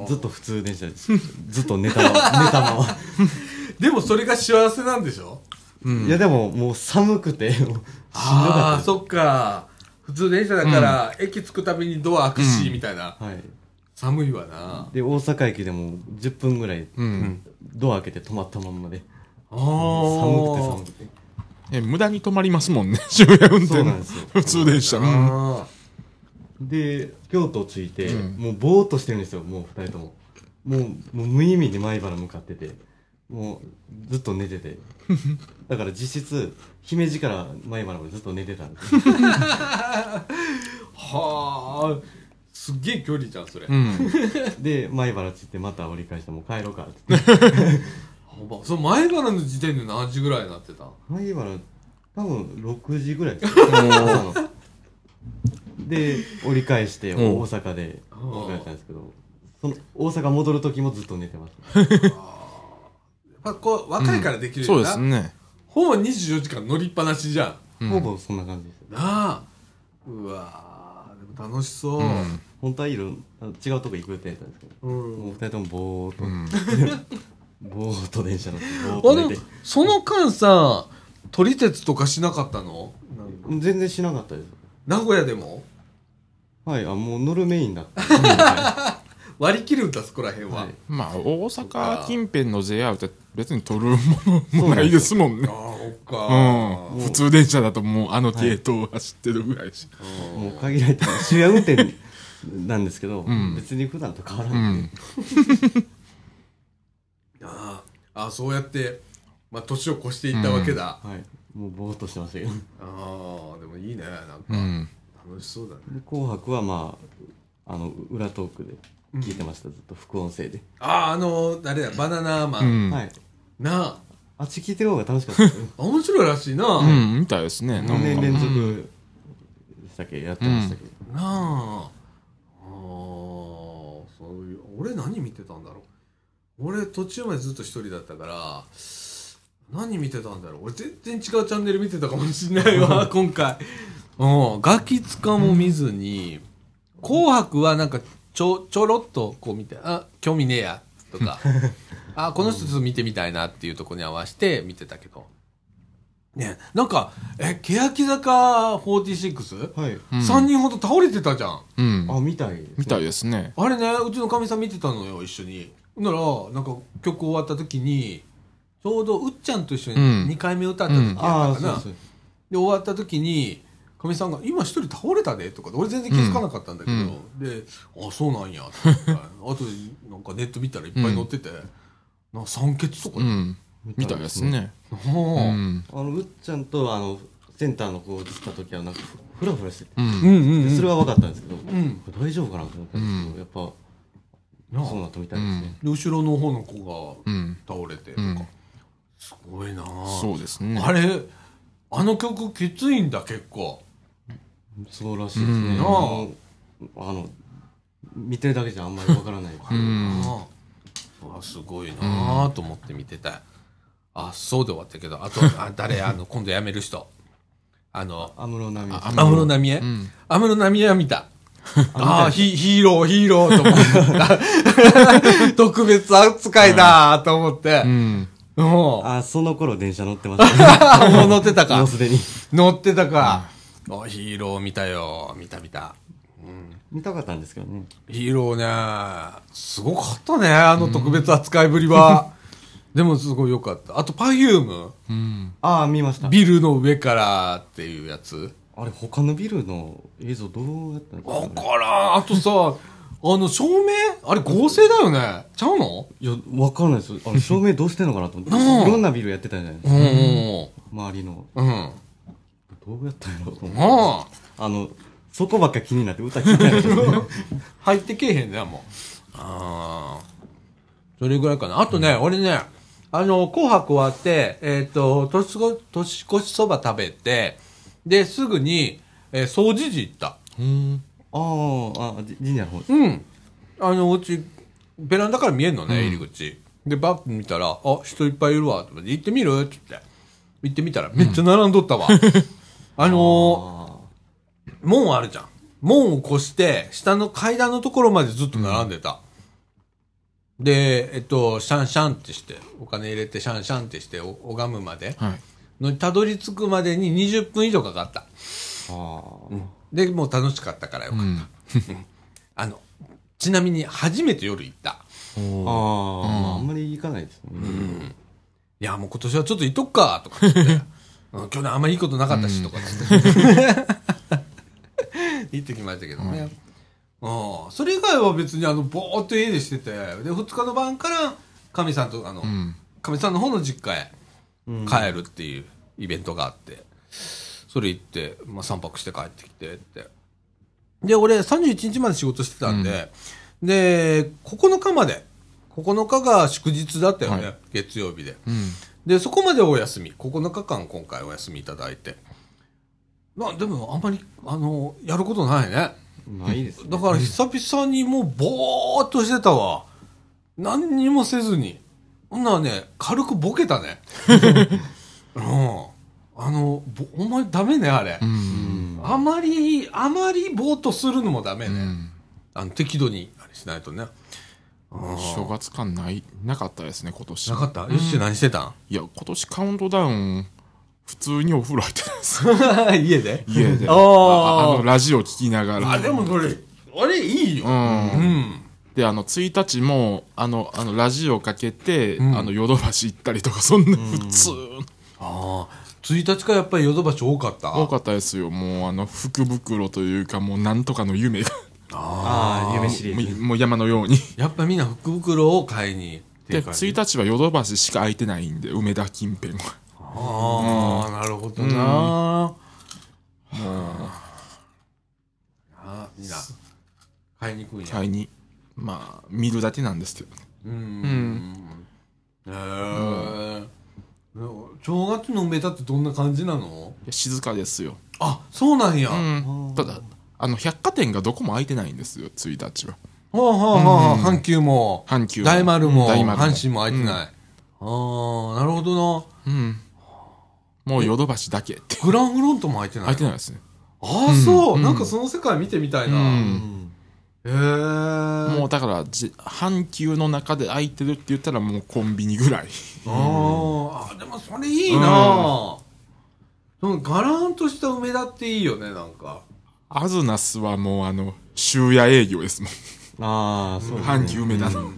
ずっと普通電車ですずっと寝たまま寝たままでもそれが幸せなんでしょ、 うん、いやでももう寒くてしんどかった。 ああそっか、普通電車だから、うん、駅着くたびにドア開くし、うん、みたいな、はい、寒いわな。 で大阪駅でもじゅっぷんぐらい、うん、ドア開けて止まったまんまで、あ寒くて寒くてえ無駄に止まりますもんね渋谷運転。そうなんですよ普通電車、うんで京都着いて、うん、もうぼーっとしてるんですよ。もうふたりとももうもう無意味に米原向かってて、もうずっと寝ててだから実質姫路から米原までずっと寝てたんですはあすっげえ距離じゃんそれ、うん、 で米原着いてまた折り返してもう帰ろうかってその米原の時点で何時ぐらいになってた？ 米原多分ろくじぐらいです朝ので折り返して大阪で別れたんですけど、その大阪戻る時もずっと寝てましたやっぱこう若いからできるよな、うん、そうですね。ほぼにじゅうよじかん乗りっぱなしじゃん、 うん、ほぼそんな感じですなあ。うわーでも楽しそう、うん、 本当はいる違うとこ行くってやったんですけど、うん、もうふたりともぼーっと、うん、ぼーっと電車乗ってぼーっと寝て。 その間さ撮り鉄とかしなかったの？ 全然しなかったです。 名古屋でも？ はい、あもう乗るメインだった割り切るんだそこら辺は、はい、 まあ大阪近辺の ジェイアール って別に取るものもないですもんね。ああそっか、うん、普通電車だともうあの系統を走ってるぐらいし、 はい、もう限られて渋谷運転なんですけど、うん、別に普段と変わらない、うん、 ああそうやってまあ年を越していったわけだ、 うん、はいもうぼーっとしてましたけど。 ああでもいいねなんか、うん、楽しそうだね。 で紅白はまああの裏トークで聞いてました、うん、ずっと副音声で。 あああの誰だバナナマン、うん、はいなああっち聞いてる方が楽しかったです面白いらしいな。 うんみたいですね。 何年連続でしたっけ、やってましたけど、 うん、なああそういう俺何見てたんだろう。俺途中までずっと一人だったから何見てたんだろう。俺全然違うチャンネル見てたかもしれないわ今回。うんガキツカも見ずに、うん、紅白はなんかちょちょろっとこう見てあ興味ねえやとかあこの人ちょっと見てみたいなっていうところに合わせて見てたけどね。なんかえ欅坂フォーティーシックス、はい、うん、さんにんほど倒れてたじゃん、 うん、あ見たいですね。 見たいですね。 あれねうちのかみさん見てたのよ一緒に。ならなんか曲終わった時にちょうどうっちゃんと一緒ににかいめ歌った時やったかな、うんうん、で終わった時にかみさんが今一人倒れたでとか俺全然気づかなかったんだけど、うん、であそうなんやってあとでなんかネット見たらいっぱい載ってて、うん、なんか酸欠とか、うん、 みたいですね、 うん、あのうっちゃんとあのセンターの子を来た時はなんかフラフラしてて、うん、それは分かったんですけど、うん、大丈夫かなと思ったんですけど、やっぱそうなったみたいですね、 うん、で後ろの方の子が倒れてとか、うん、すごいな。 そうですね。 あれあの曲きついんだ結構。 そうらしいですね、うん、あの見てるだけじゃあんまりわからないです、うん、 あすごいなと思って見てた。あそうで終わったけどあとあ誰あの今度辞める人あの安室奈美恵安室奈美恵安室奈美恵は見たああヒーローヒーローと思って特別扱いだと思って、うんうん、あその頃電車乗ってましたねもう乗ってたかもうすでに乗ってたか、うん、ヒーロー見たよ見た見た、 うん、見たかったんですけどね。 ヒーローねすごかったねあの特別扱いぶりは、うん、でもすごい良かった。あとパフューム、 うん、ああ見ました。 ビルの上からっていうやつ。 あれ他のビルの映像どうやったのか分からん。あとさあの照明あれ合成だよねちゃうの。 いや分かんないです。あの照明どうしてんのかなと思っていろんなビルやってたじゃないですか、うん、周りの、うん、どうやったんやろうと思って、あのそこばっか気になって歌聞いたら入ってけえへんねもう。ああそれぐらいかな。あとね、うん、俺ねあの紅白終わってえっ、ー、と年越年越しそば食べてですぐに、えー、掃除時行った。うんああ神社の方。 うんあのうちベランダから見えんのね、うん、入り口でバッと見たらあ人いっぱいいるわって行ってみるって言って行ってみたらめっちゃ並んどったわ、うん、あのー、門あるじゃん門を越して、下の階段のところまでずっと並んでた。うん、で、えっと、シャンシャンってして、お金入れてシャンシャンってして、拝むまで、はい、のたどり着くまでににじゅっぷん以上かかった。あうん、で、もう楽しかったからよかった。うん、あの、ちなみに初めて夜行った。ああ、 うんまあ、あんまり行かないですもんね。うん、 いや、もう今年はちょっと行っとくか、とかって。うん、去年あんまりいいことなかったし、とかって。行ってきましたけどね。うん、あそれ以外は別にあの、ぼーっと家でしてて、で、ふつかの晩から、神さんと、あの、神、うん、さんの方の実家へ帰るっていうイベントがあって、それ行って、まあ、さんぱくして帰ってきてって。で、俺さんじゅういちにちまで仕事してたんで、うん、で、ここのかまで、ここのかが祝日だったよね、はい、月曜日で、うん。で、そこまでお休み、ここのかかん今回お休みいただいて。まあ、でもあんまり、あの、やることないね。 ないですね。 だから久々にもうぼーっとしてたわ。何にもせずに。ほんならね、軽くボケたね。うん。あの、お前ダメね、あれ。うん、あまり、あまりぼーっとするのもダメね。うん、あの、適度に、あれしないとね。 正月感ない、なかったですね、今年。 なかった？よし、何してたん？ いや、今年カウントダウン、普通にお風呂入ってたんです。 家で家で。ああの、ラジオ聞きながら。 あ、でもこれ、あれいいよ。うん。うん、 で、あの、ついたちも、あの、あの、ラジオかけて、うん、あの、ヨドバシ行ったりとか、そんな普通。 ああ。ついたちかやっぱりヨドバシ多かった？ 多かったですよ。もう、あの、福袋というか、もう、なんとかの夢が。 ああ、夢シリーズ。もう山のように。 やっぱみんな福袋を買いに。 で、ついたちはヨドバシしか空いてないんで、梅田近辺は。 ああ、うん、なるほどな。うん、もう。あみんな、買いに行くんや。 買いに。まあ、見るだけなんですけどね。うん。うん。 へえ。正月の梅田ってどんな感じなの？ いや静かですよ。 あ、そうなんや。 うん、ただ、あの、百貨店がどこも開いてないんですよ、ついたちは。 はあはあはあ、阪急も、 阪急も、 大丸も、大丸も阪神も開いてない。うん、ああ、なるほどな。うん。 もうヨドバシだけって。 グランフロントも開いてない？ 開いてないですね。 ああ、そう、うん。なんかその世界見てみたいな。うん、へえ。 もうだからじ、阪急の中で開いてるって言ったらもうコンビニぐらい。 ああ、でもそれいいな、うん、ガランとした梅田っていいよね、なんか。 アズナスはもうあの、終夜営業ですもん。 ああ、そうですね。 阪急梅田の。うん。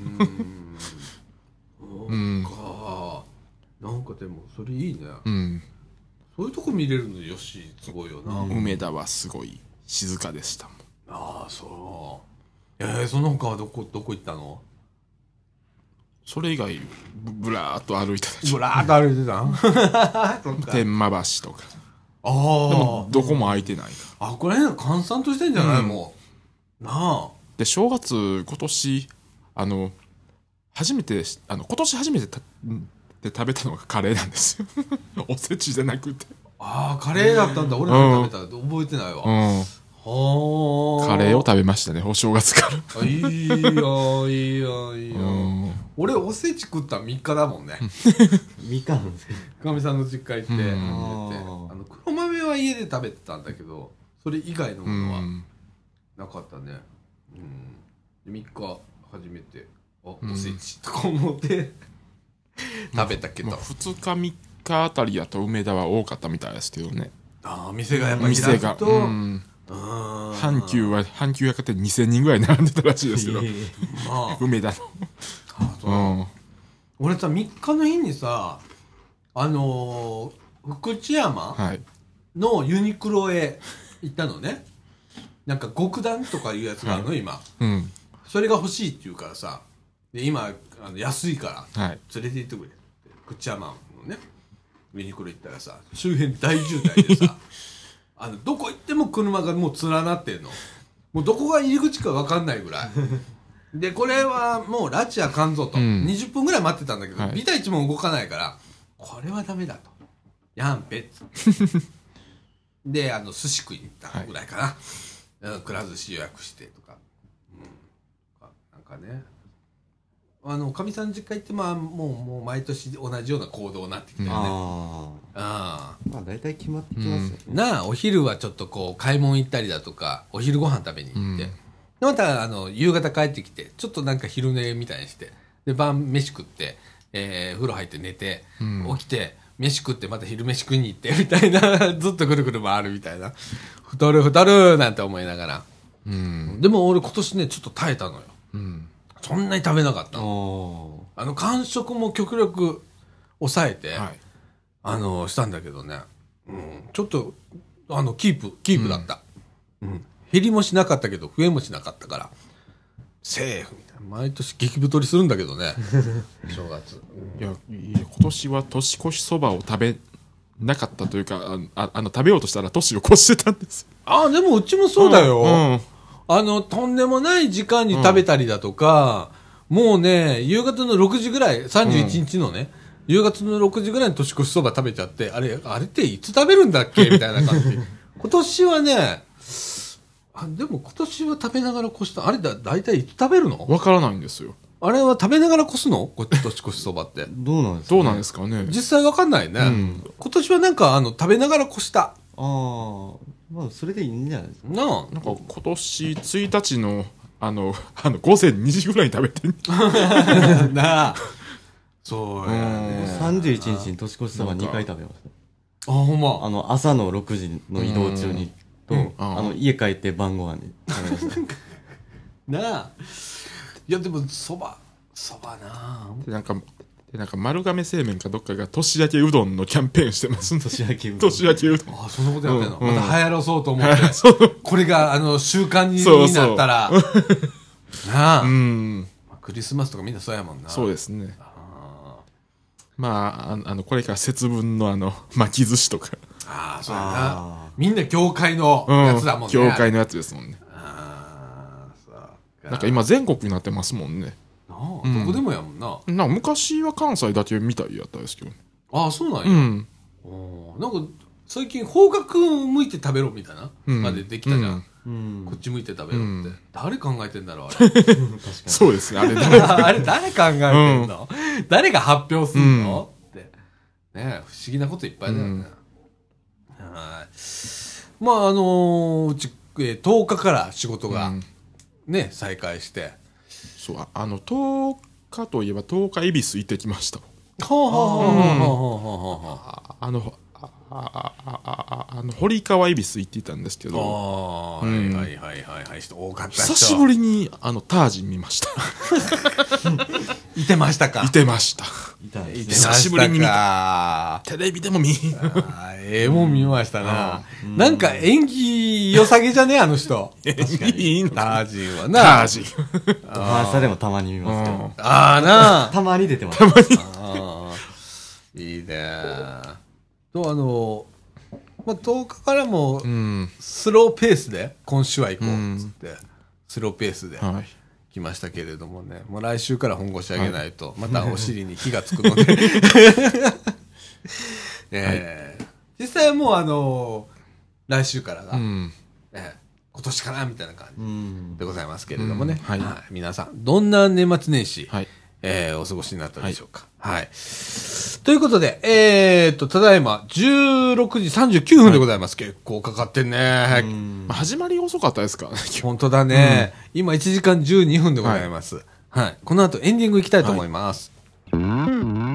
うん。か。なんかでも、それいいね。うん。そういうとこ見れるのよし、すごいよな。 うん、梅田はすごい静かでしたもん。 ああ、そう。えー、その他はどこ、どこ行ったの？ それ以外、ぶぶらーっと歩いてた。 ぶらーっと歩いてた天満橋とか。 ああ。でも、どこも空いてないから。あ、これ閑散としてんじゃない、うん、もう。なあ。 で、正月、今年、あの、初めて、あの、今年初めてたで食べたのがカレーなんですよ。おせちじゃなくて。 ああ、カレーだったんだ。俺も食べた。覚えてないわ。うん。はあ。カレーを食べましたね、お正月から。 あいいよ、いいよ、いいよ。俺、おせち食ったみっかだもんね。 みっかなんですか？ かみさんの実家行って、あの黒豆は家で食べてたんだけど、それ以外のものはなかったね。うん、みっか初めて、あ、おせちとか思って、食べたけど。 ふつかみっかあたりやと梅田は多かったみたいですけどね。 ああ、店がやっぱり開くと。 阪急は、阪急百貨店にせんにんぐらい並んでたらしいですけど、梅田の。 ああ、俺さ、みっかの日にさ、あのー、福知山のユニクロへ行ったのね。なんか極暖とかいうやつがあるの、はい、今、うん。それが欲しいって言うからさ、で今あの安いから連れて行ってくれって、福知山のね、ユニクロ行ったらさ、周辺大渋滞でさ、あのどこ行っても車がもう連なってんの。もうどこが入り口か分かんないぐらい。で、これはもう拉致あかんぞと、うん、にじゅっぷんぐらい待ってたんだけど、はい、ビタ一も動かないから、これはダメだと。やんぺっつって。で、あの、寿司食いに行ったぐらいかな。はい、くら寿司予約してとか。うん、なんかね。 あのかみさん実家行ってまあもうもう毎年同じような行動になってきたよね、うん、ああまあ大体決まってきますよね、 うん、なあお昼はちょっとこう買い物行ったりだとかお昼ご飯食べに行って、うん、またあの夕方帰ってきてちょっとなんか昼寝みたいにしてで晩飯食って、えー、風呂入って寝て、うん、起きて飯食ってまた昼飯食いに行ってみたいなずっとぐるぐる回るみたいな太る太るなんて思いながら、うん、でも俺今年ねちょっと耐えたのよ、うん、そんなに食べなかったのあの間食も極力抑えて、はい、あのしたんだけどね、うん、ちょっとあのキープキープだった、うんうん、減りもしなかったけど増えもしなかったからセーフみたいな毎年激太りするんだけどね正月いや今年は年越しそばを食べなかったというかああの食べようとしたら年を越してたんですあでもうちもそうだよ、うんうん、あのとんでもない時間に食べたりだとか、うん、もうね夕方のろくじぐらいさんじゅういちにちのね、うん、夕方のろくじぐらいに年越しそば食べちゃってあれあれっていつ食べるんだっけみたいな感じ今年はねあでも今年は食べながら越したあれだ大体いつ食べるのわからないんですよあれは食べながら越すの年越しそばってどうなんですか、 ね、どうなんですかね実際わかんないね、うん、今年はなんかあの食べながら越したああまあそれでいいんじゃないですかなあなんか今年ついたちのあのあの午前にじぐらいに食べてんなあそうやねさんじゅういちにちに年越しそばにかい食べましたあほんまあの朝のろくじの移動中にと、うん、あの家帰って晩ご飯に食べましたなあいやでもそばそばなあでなんかでなんか丸亀製麺かどっかが年明けうどんのキャンペーンしてます年明けうどん年明けうどんあそんなことやってんの、うん、また流行らそうと思ってこれがあの習慣になったらなあ、うん、クリスマスとかみんなそうやもんなそうですねあまああのこれから節分のあの巻き寿司とかああそうやなみんな業界のやつだもんね、 うん、業界のやつですもんねあそうなんか今全国になってますもんねああ、うん、どこでもやもんななんか昔は関西だけみたいやったんですけどああそうなんや、うん、おなんか最近方角向いて食べろみたいな、うん、までできたじゃん、うん、こっち向いて食べろって、うん、誰考えてんだろうあれ確かにそうですねあれ誰あれ誰考えてんの、うん、誰が発表すんの、うん、ってね不思議なこといっぱいだよね、うん、はいまああのー、うち、えー、とおかから仕事がね、うん、再開してそう あ, あのとおかといえばとおか恵比寿行ってきましたはあはあはあはあはああのああああの堀川恵比寿行っていたんですけどああ、うん、はいはいはいはい人多かった人久しぶりにあのタージン見ましたいてましたかいてましたいたいて久しぶりに見たテレビでも見あええもん見ましたな、うん、なんか演技良さげじゃねあの人確かにいいのタージンはなタージンあ朝でもたまに見ますけどああなたまに出てますたまにあいいねとあのまあ、とおかからもスローペースで今週は行こうっつって、うん、スローペースで来ましたけれどもね、はい、もう来週から本腰上げないとまたお尻に火がつくので、えーはい、実際はもうあのー、来週からが、うんえー、今年かなみたいな感じでございますけれどもね、うんはいはい、皆さんどんな年末年始、はいえー、お過ごしになったでしょうか。はい。はい、ということで、えー、っと、ただいまじゅうろくじさんじゅうきゅうふんでございます。はい、結構かかってんね。 まあ、始まり遅かったですか本当だね、うん。今いちじかんじゅうにふんでございます。はい。はい、この後エンディングいきたいと思います。はい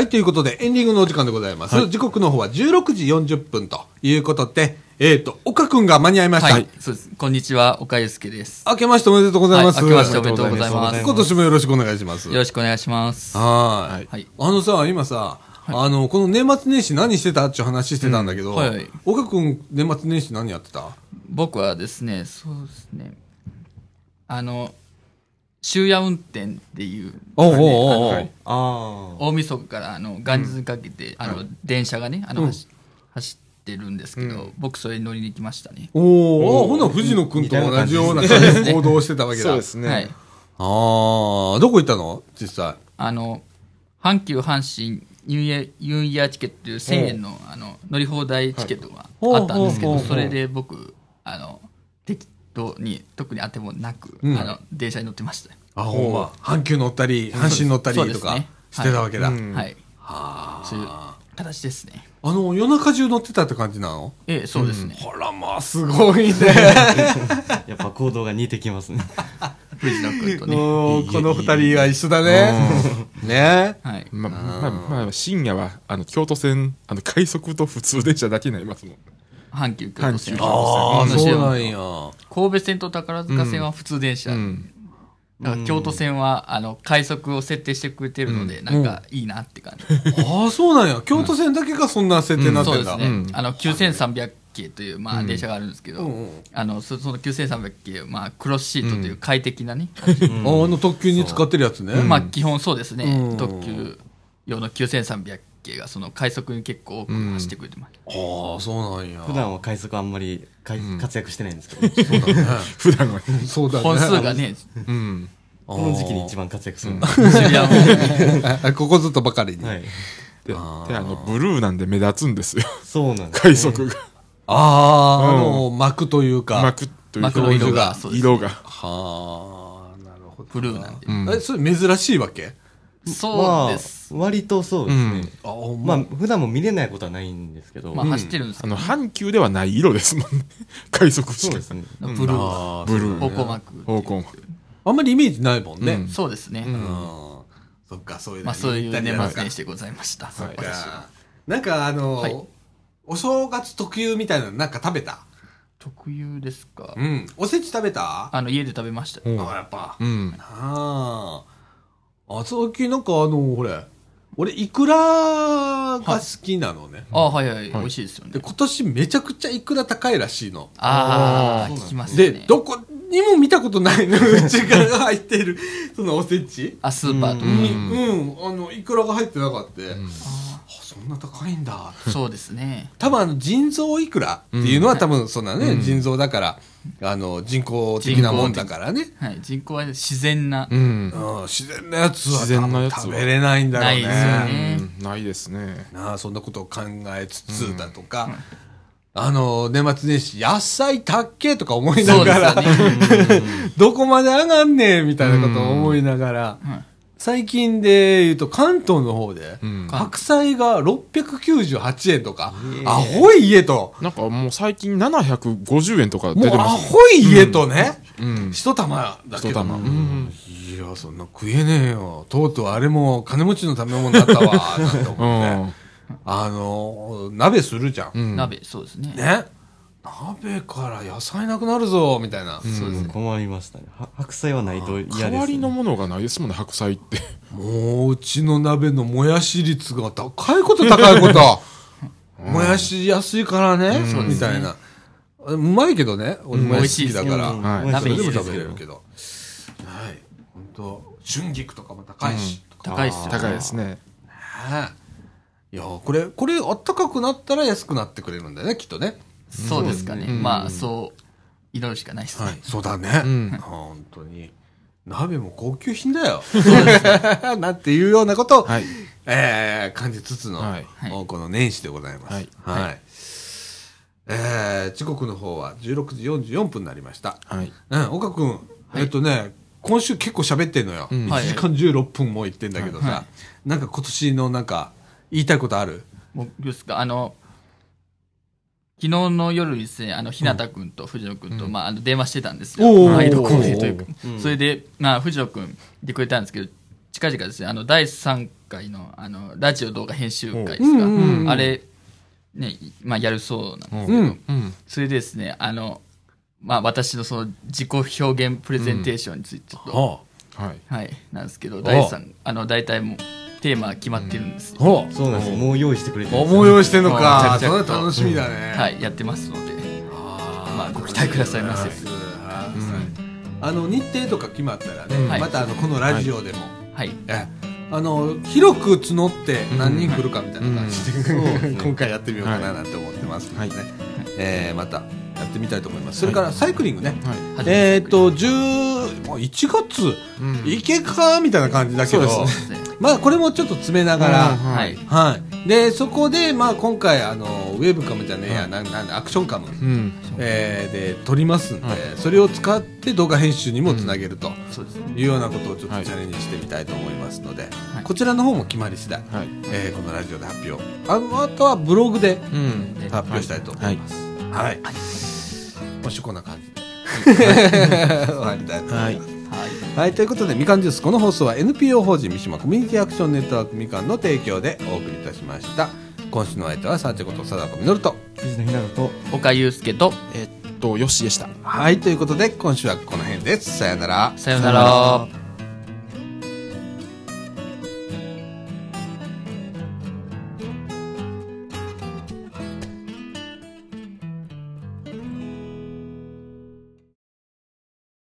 ということで、エンディングのお時間でございます。はい、時刻の方はじゅうろくじよんじゅっぷんということで、えっ、ー、と、岡くんが間に合いました。はい、 そうです。こんにちは、岡祐介です。 明けましておめでとうございます。 はい、明けましておめでとうございます。 今年もよろしくお願いします。 よろしくお願いします。 はい。はい。あのさ、今さ、はい、あの、この年末年始何してたっていう話してたんだけど、うん、はいはい、岡くん、年末年始何やってた？ 僕はですね、そうですね、あの、終夜運転っていう、ね、 おうおうおう、 はい、あ大晦日からあの元日にかけて、うん、あの電車がねあの、うん、走, 走ってるんですけど、うん、僕それに乗りに行きましたね。 おお、ほな藤野君と同じような感じで行動してたわけだ。 そうですね。はい、 ああ、どこ行ったの実際？ あの阪急阪神ニューイヤー、ニューイヤーチケットというせんえんの、あの乗り放題チケットがあったんですけど、はい、それで僕あの適当に特に当てもなく、うん、あの電車に乗ってました。 あ、ほんま。阪急乗ったり阪神乗ったりとかしてたわけだ。 はい、はい、はそういう形ですね。 あの夜中中乗ってたって感じなの？ ええ、そうですね。 うん、ほらまあすごいね。 やっぱ行動が似てきますね。 藤野君とね。 この二人は一緒だね。ね。 はい。 まあまあまあ深夜はあの京都線あの快速と普通電車だけになりますもん。 阪急京都線。 ああ、そうなんや。 神戸線と宝塚線は普通電車。うん、だから京都線はあの快速を設定してくれてるので、うん、なんかいいなって感じ。 ああ、そうなんや。京都線だけがそんな設定になってるんだ。 うん、そうですね。うん、あのきゅうせんさんびゃくけいというまあ電車があるんですけど、うん、あの そ, そのきゅうせんさんびゃくけいまあクロスシートという快適なね。 うん、あ, あの特急に使ってるやつね。 まあ基本そうですね。うん、特急用のきゅうせんさんびゃくけいがその快速に結構多く走ってくれてます。 うん、ああ、そうなんや。 普段は快速あんまり活躍してないんですけど。 うん、そうだね。 普段はそうだね。 本数がね。 うん。 この時期に一番活躍するんだ。 ここずっとばかりに。はい、 で、あ, であのブルーなんで目立つんですよ。 そうなんです、ね。 快速が。 ああ、うん、あの膜というか。 膜というか。 膜の色が。 色が。 はあ、なるほど。 ブルーなんで。 うん、え、それ珍しいわけ？ そうです。 まあ、割とそうですね。 うん、 まあ、普段も見れないことはないんですけど。 まあ、走ってるんですけど、 ね。あの、阪急ではない色ですもんね。快速そうですね。 ブルー。 ブルー。 方向膜。 方向膜。 あんまりイメージないもんね。 うん、そうですね。うん。 そっか、そういうの。 まあ、そういう年末年始でございました。 そっか。なんか、あの、はい、お正月特有みたいなのなんか食べた？ 特有ですか？ うん。おせち食べた？ あの、家で食べました。 ああ、やっぱ。うん。ああ。あ、最近なんかあの、ほれ、俺、イクラが好きなのね。 ああ、はいはい。美味しいですよね。 で、今年めちゃくちゃイクラ高いらしいの。 ああ、聞きますね。 で、どこにも見たことないの、うちが入ってる、そのおせち。 あ、スーパーとかに、うん、あの、イクラが入ってなかった。そんな高いんだ。 そうですね。 多分あの腎臓イクラっていうのは多分そんなね、腎臓だから、あの、人工的なもんだからね。 はい、人工は自然な。 うん。自然なやつは多分食べれないんだろうね。 ないですよね。 ないですね。 なあ、そんなことを考えつつだとか、あの、年末年始、野菜たっけとか思いながら、どこまで上がんねえみたいなことを思いながら、最近で言うと関東の方で、うん、白菜がろっぴゃくきゅうじゅうはちえんとか、アホい家と。 なんかもう最近ななひゃくごじゅうえんとか出てます、ね。 もうアホい家とね、うん、一玉だけど。 一玉。うん、 いや、そんな食えねえよ。とうとうあれも金持ちの食べ物だったわ、なんて思って。うん、あの、鍋するじゃん。 うん、鍋、そうですね。 ね。鍋から野菜なくなるぞみたいな、 うん、そうですね。困りましたね。白菜はないと嫌です、ね、 代わりのものがないですもんね、白菜ってもううちの鍋のもやし率が高いこと高いこともやし安いからね、うん、みたいな、うまいけどね、俺もやし好きだから、うん、はい、鍋でも食べれるけど、はい、本当春菊とかも高いし、 うん、高いっすよ、 高いですね。ね、 いやこれこれあったかくなったら安くなってくれるんだよね、きっとね。 そうですかね。うん、まあ、そう祈るしかないですね。はい、 そうだね。うん、本当に。鍋も高級品だよ。そうですね。なんていうようなことを、はい、えー、感じつつの、はい、この年始でございます。はい。はいはい、えー、時刻の方はじゅうろくじよんじゅうよんぷんになりました。はい。うん、岡くん、はい、えっとね、今週結構喋ってんのよ。うん、いちじかんじゅうろっぷんも言ってんだけどさ、はいはい、なんか今年のなんか言いたいことある？ 僕ですか、あの、昨日の夜にですね、あの、日向君と藤野君と、うん、まあ、あの、電話してたんですよ。毎度恒例というか。それで、まあ、藤野君言ってくれたんですけど、近々ですね、あの、だいさん回の、あの、ラジオ動画編集会ですか。 うんうんうん、 あれ、ね、まあ、やるそうなんですけど、うんうん、それでですね、あの、まあ、私のその自己表現プレゼンテーションについてちょっと、うん、はい、はい、なんですけど、大地さん、あの、大体もう、テーマ決まってるんですよ。 うん、そうなんですよ。もう用意してくれてるんですよ。もう用意してんのか。それは楽しみだね、 うん。はい、やってますので、あまあ、ご期待くださいませ。 あの、日程とか決まったらね、うん、またあの、このラジオでも、はい。はい、あの、広く募って何人来るかみたいな感じで、うん、今回やってみようかななんて思ってますのでね。はい、えー、また、やってみたいと思います。それからサイクリングね。はい、えっと、じゅういちがつ、うん、行けかみたいな感じだけど、まあこれもちょっと詰めながら、うん、はい。はい。で、そこで、まあ今回、あの、ウェブカムじゃねえや、なん、なん、アクションカム、うん、えー、で、撮りますんで、はい、それを使って動画編集にもつなげると、うん、いうようなことをちょっとチャレンジしてみたいと思いますので、はい、こちらの方も決まり次第、はい、えー、このラジオで発表。あの、あとはブログで発表したいと思います。はい。はいはい、もしこんな感じで終わりたいと思います。はい。はい、ということでみかんジュース、この放送は エヌピーオー 法人三島コミュニティアクションネットワークみかんの提供でお送りいたしました。今週の相手はさあちゃこと貞子みのると藤野ひなと岡祐介とえっとよしでした。 はい、ということで今週はこの辺です。さよなら。 さよなら。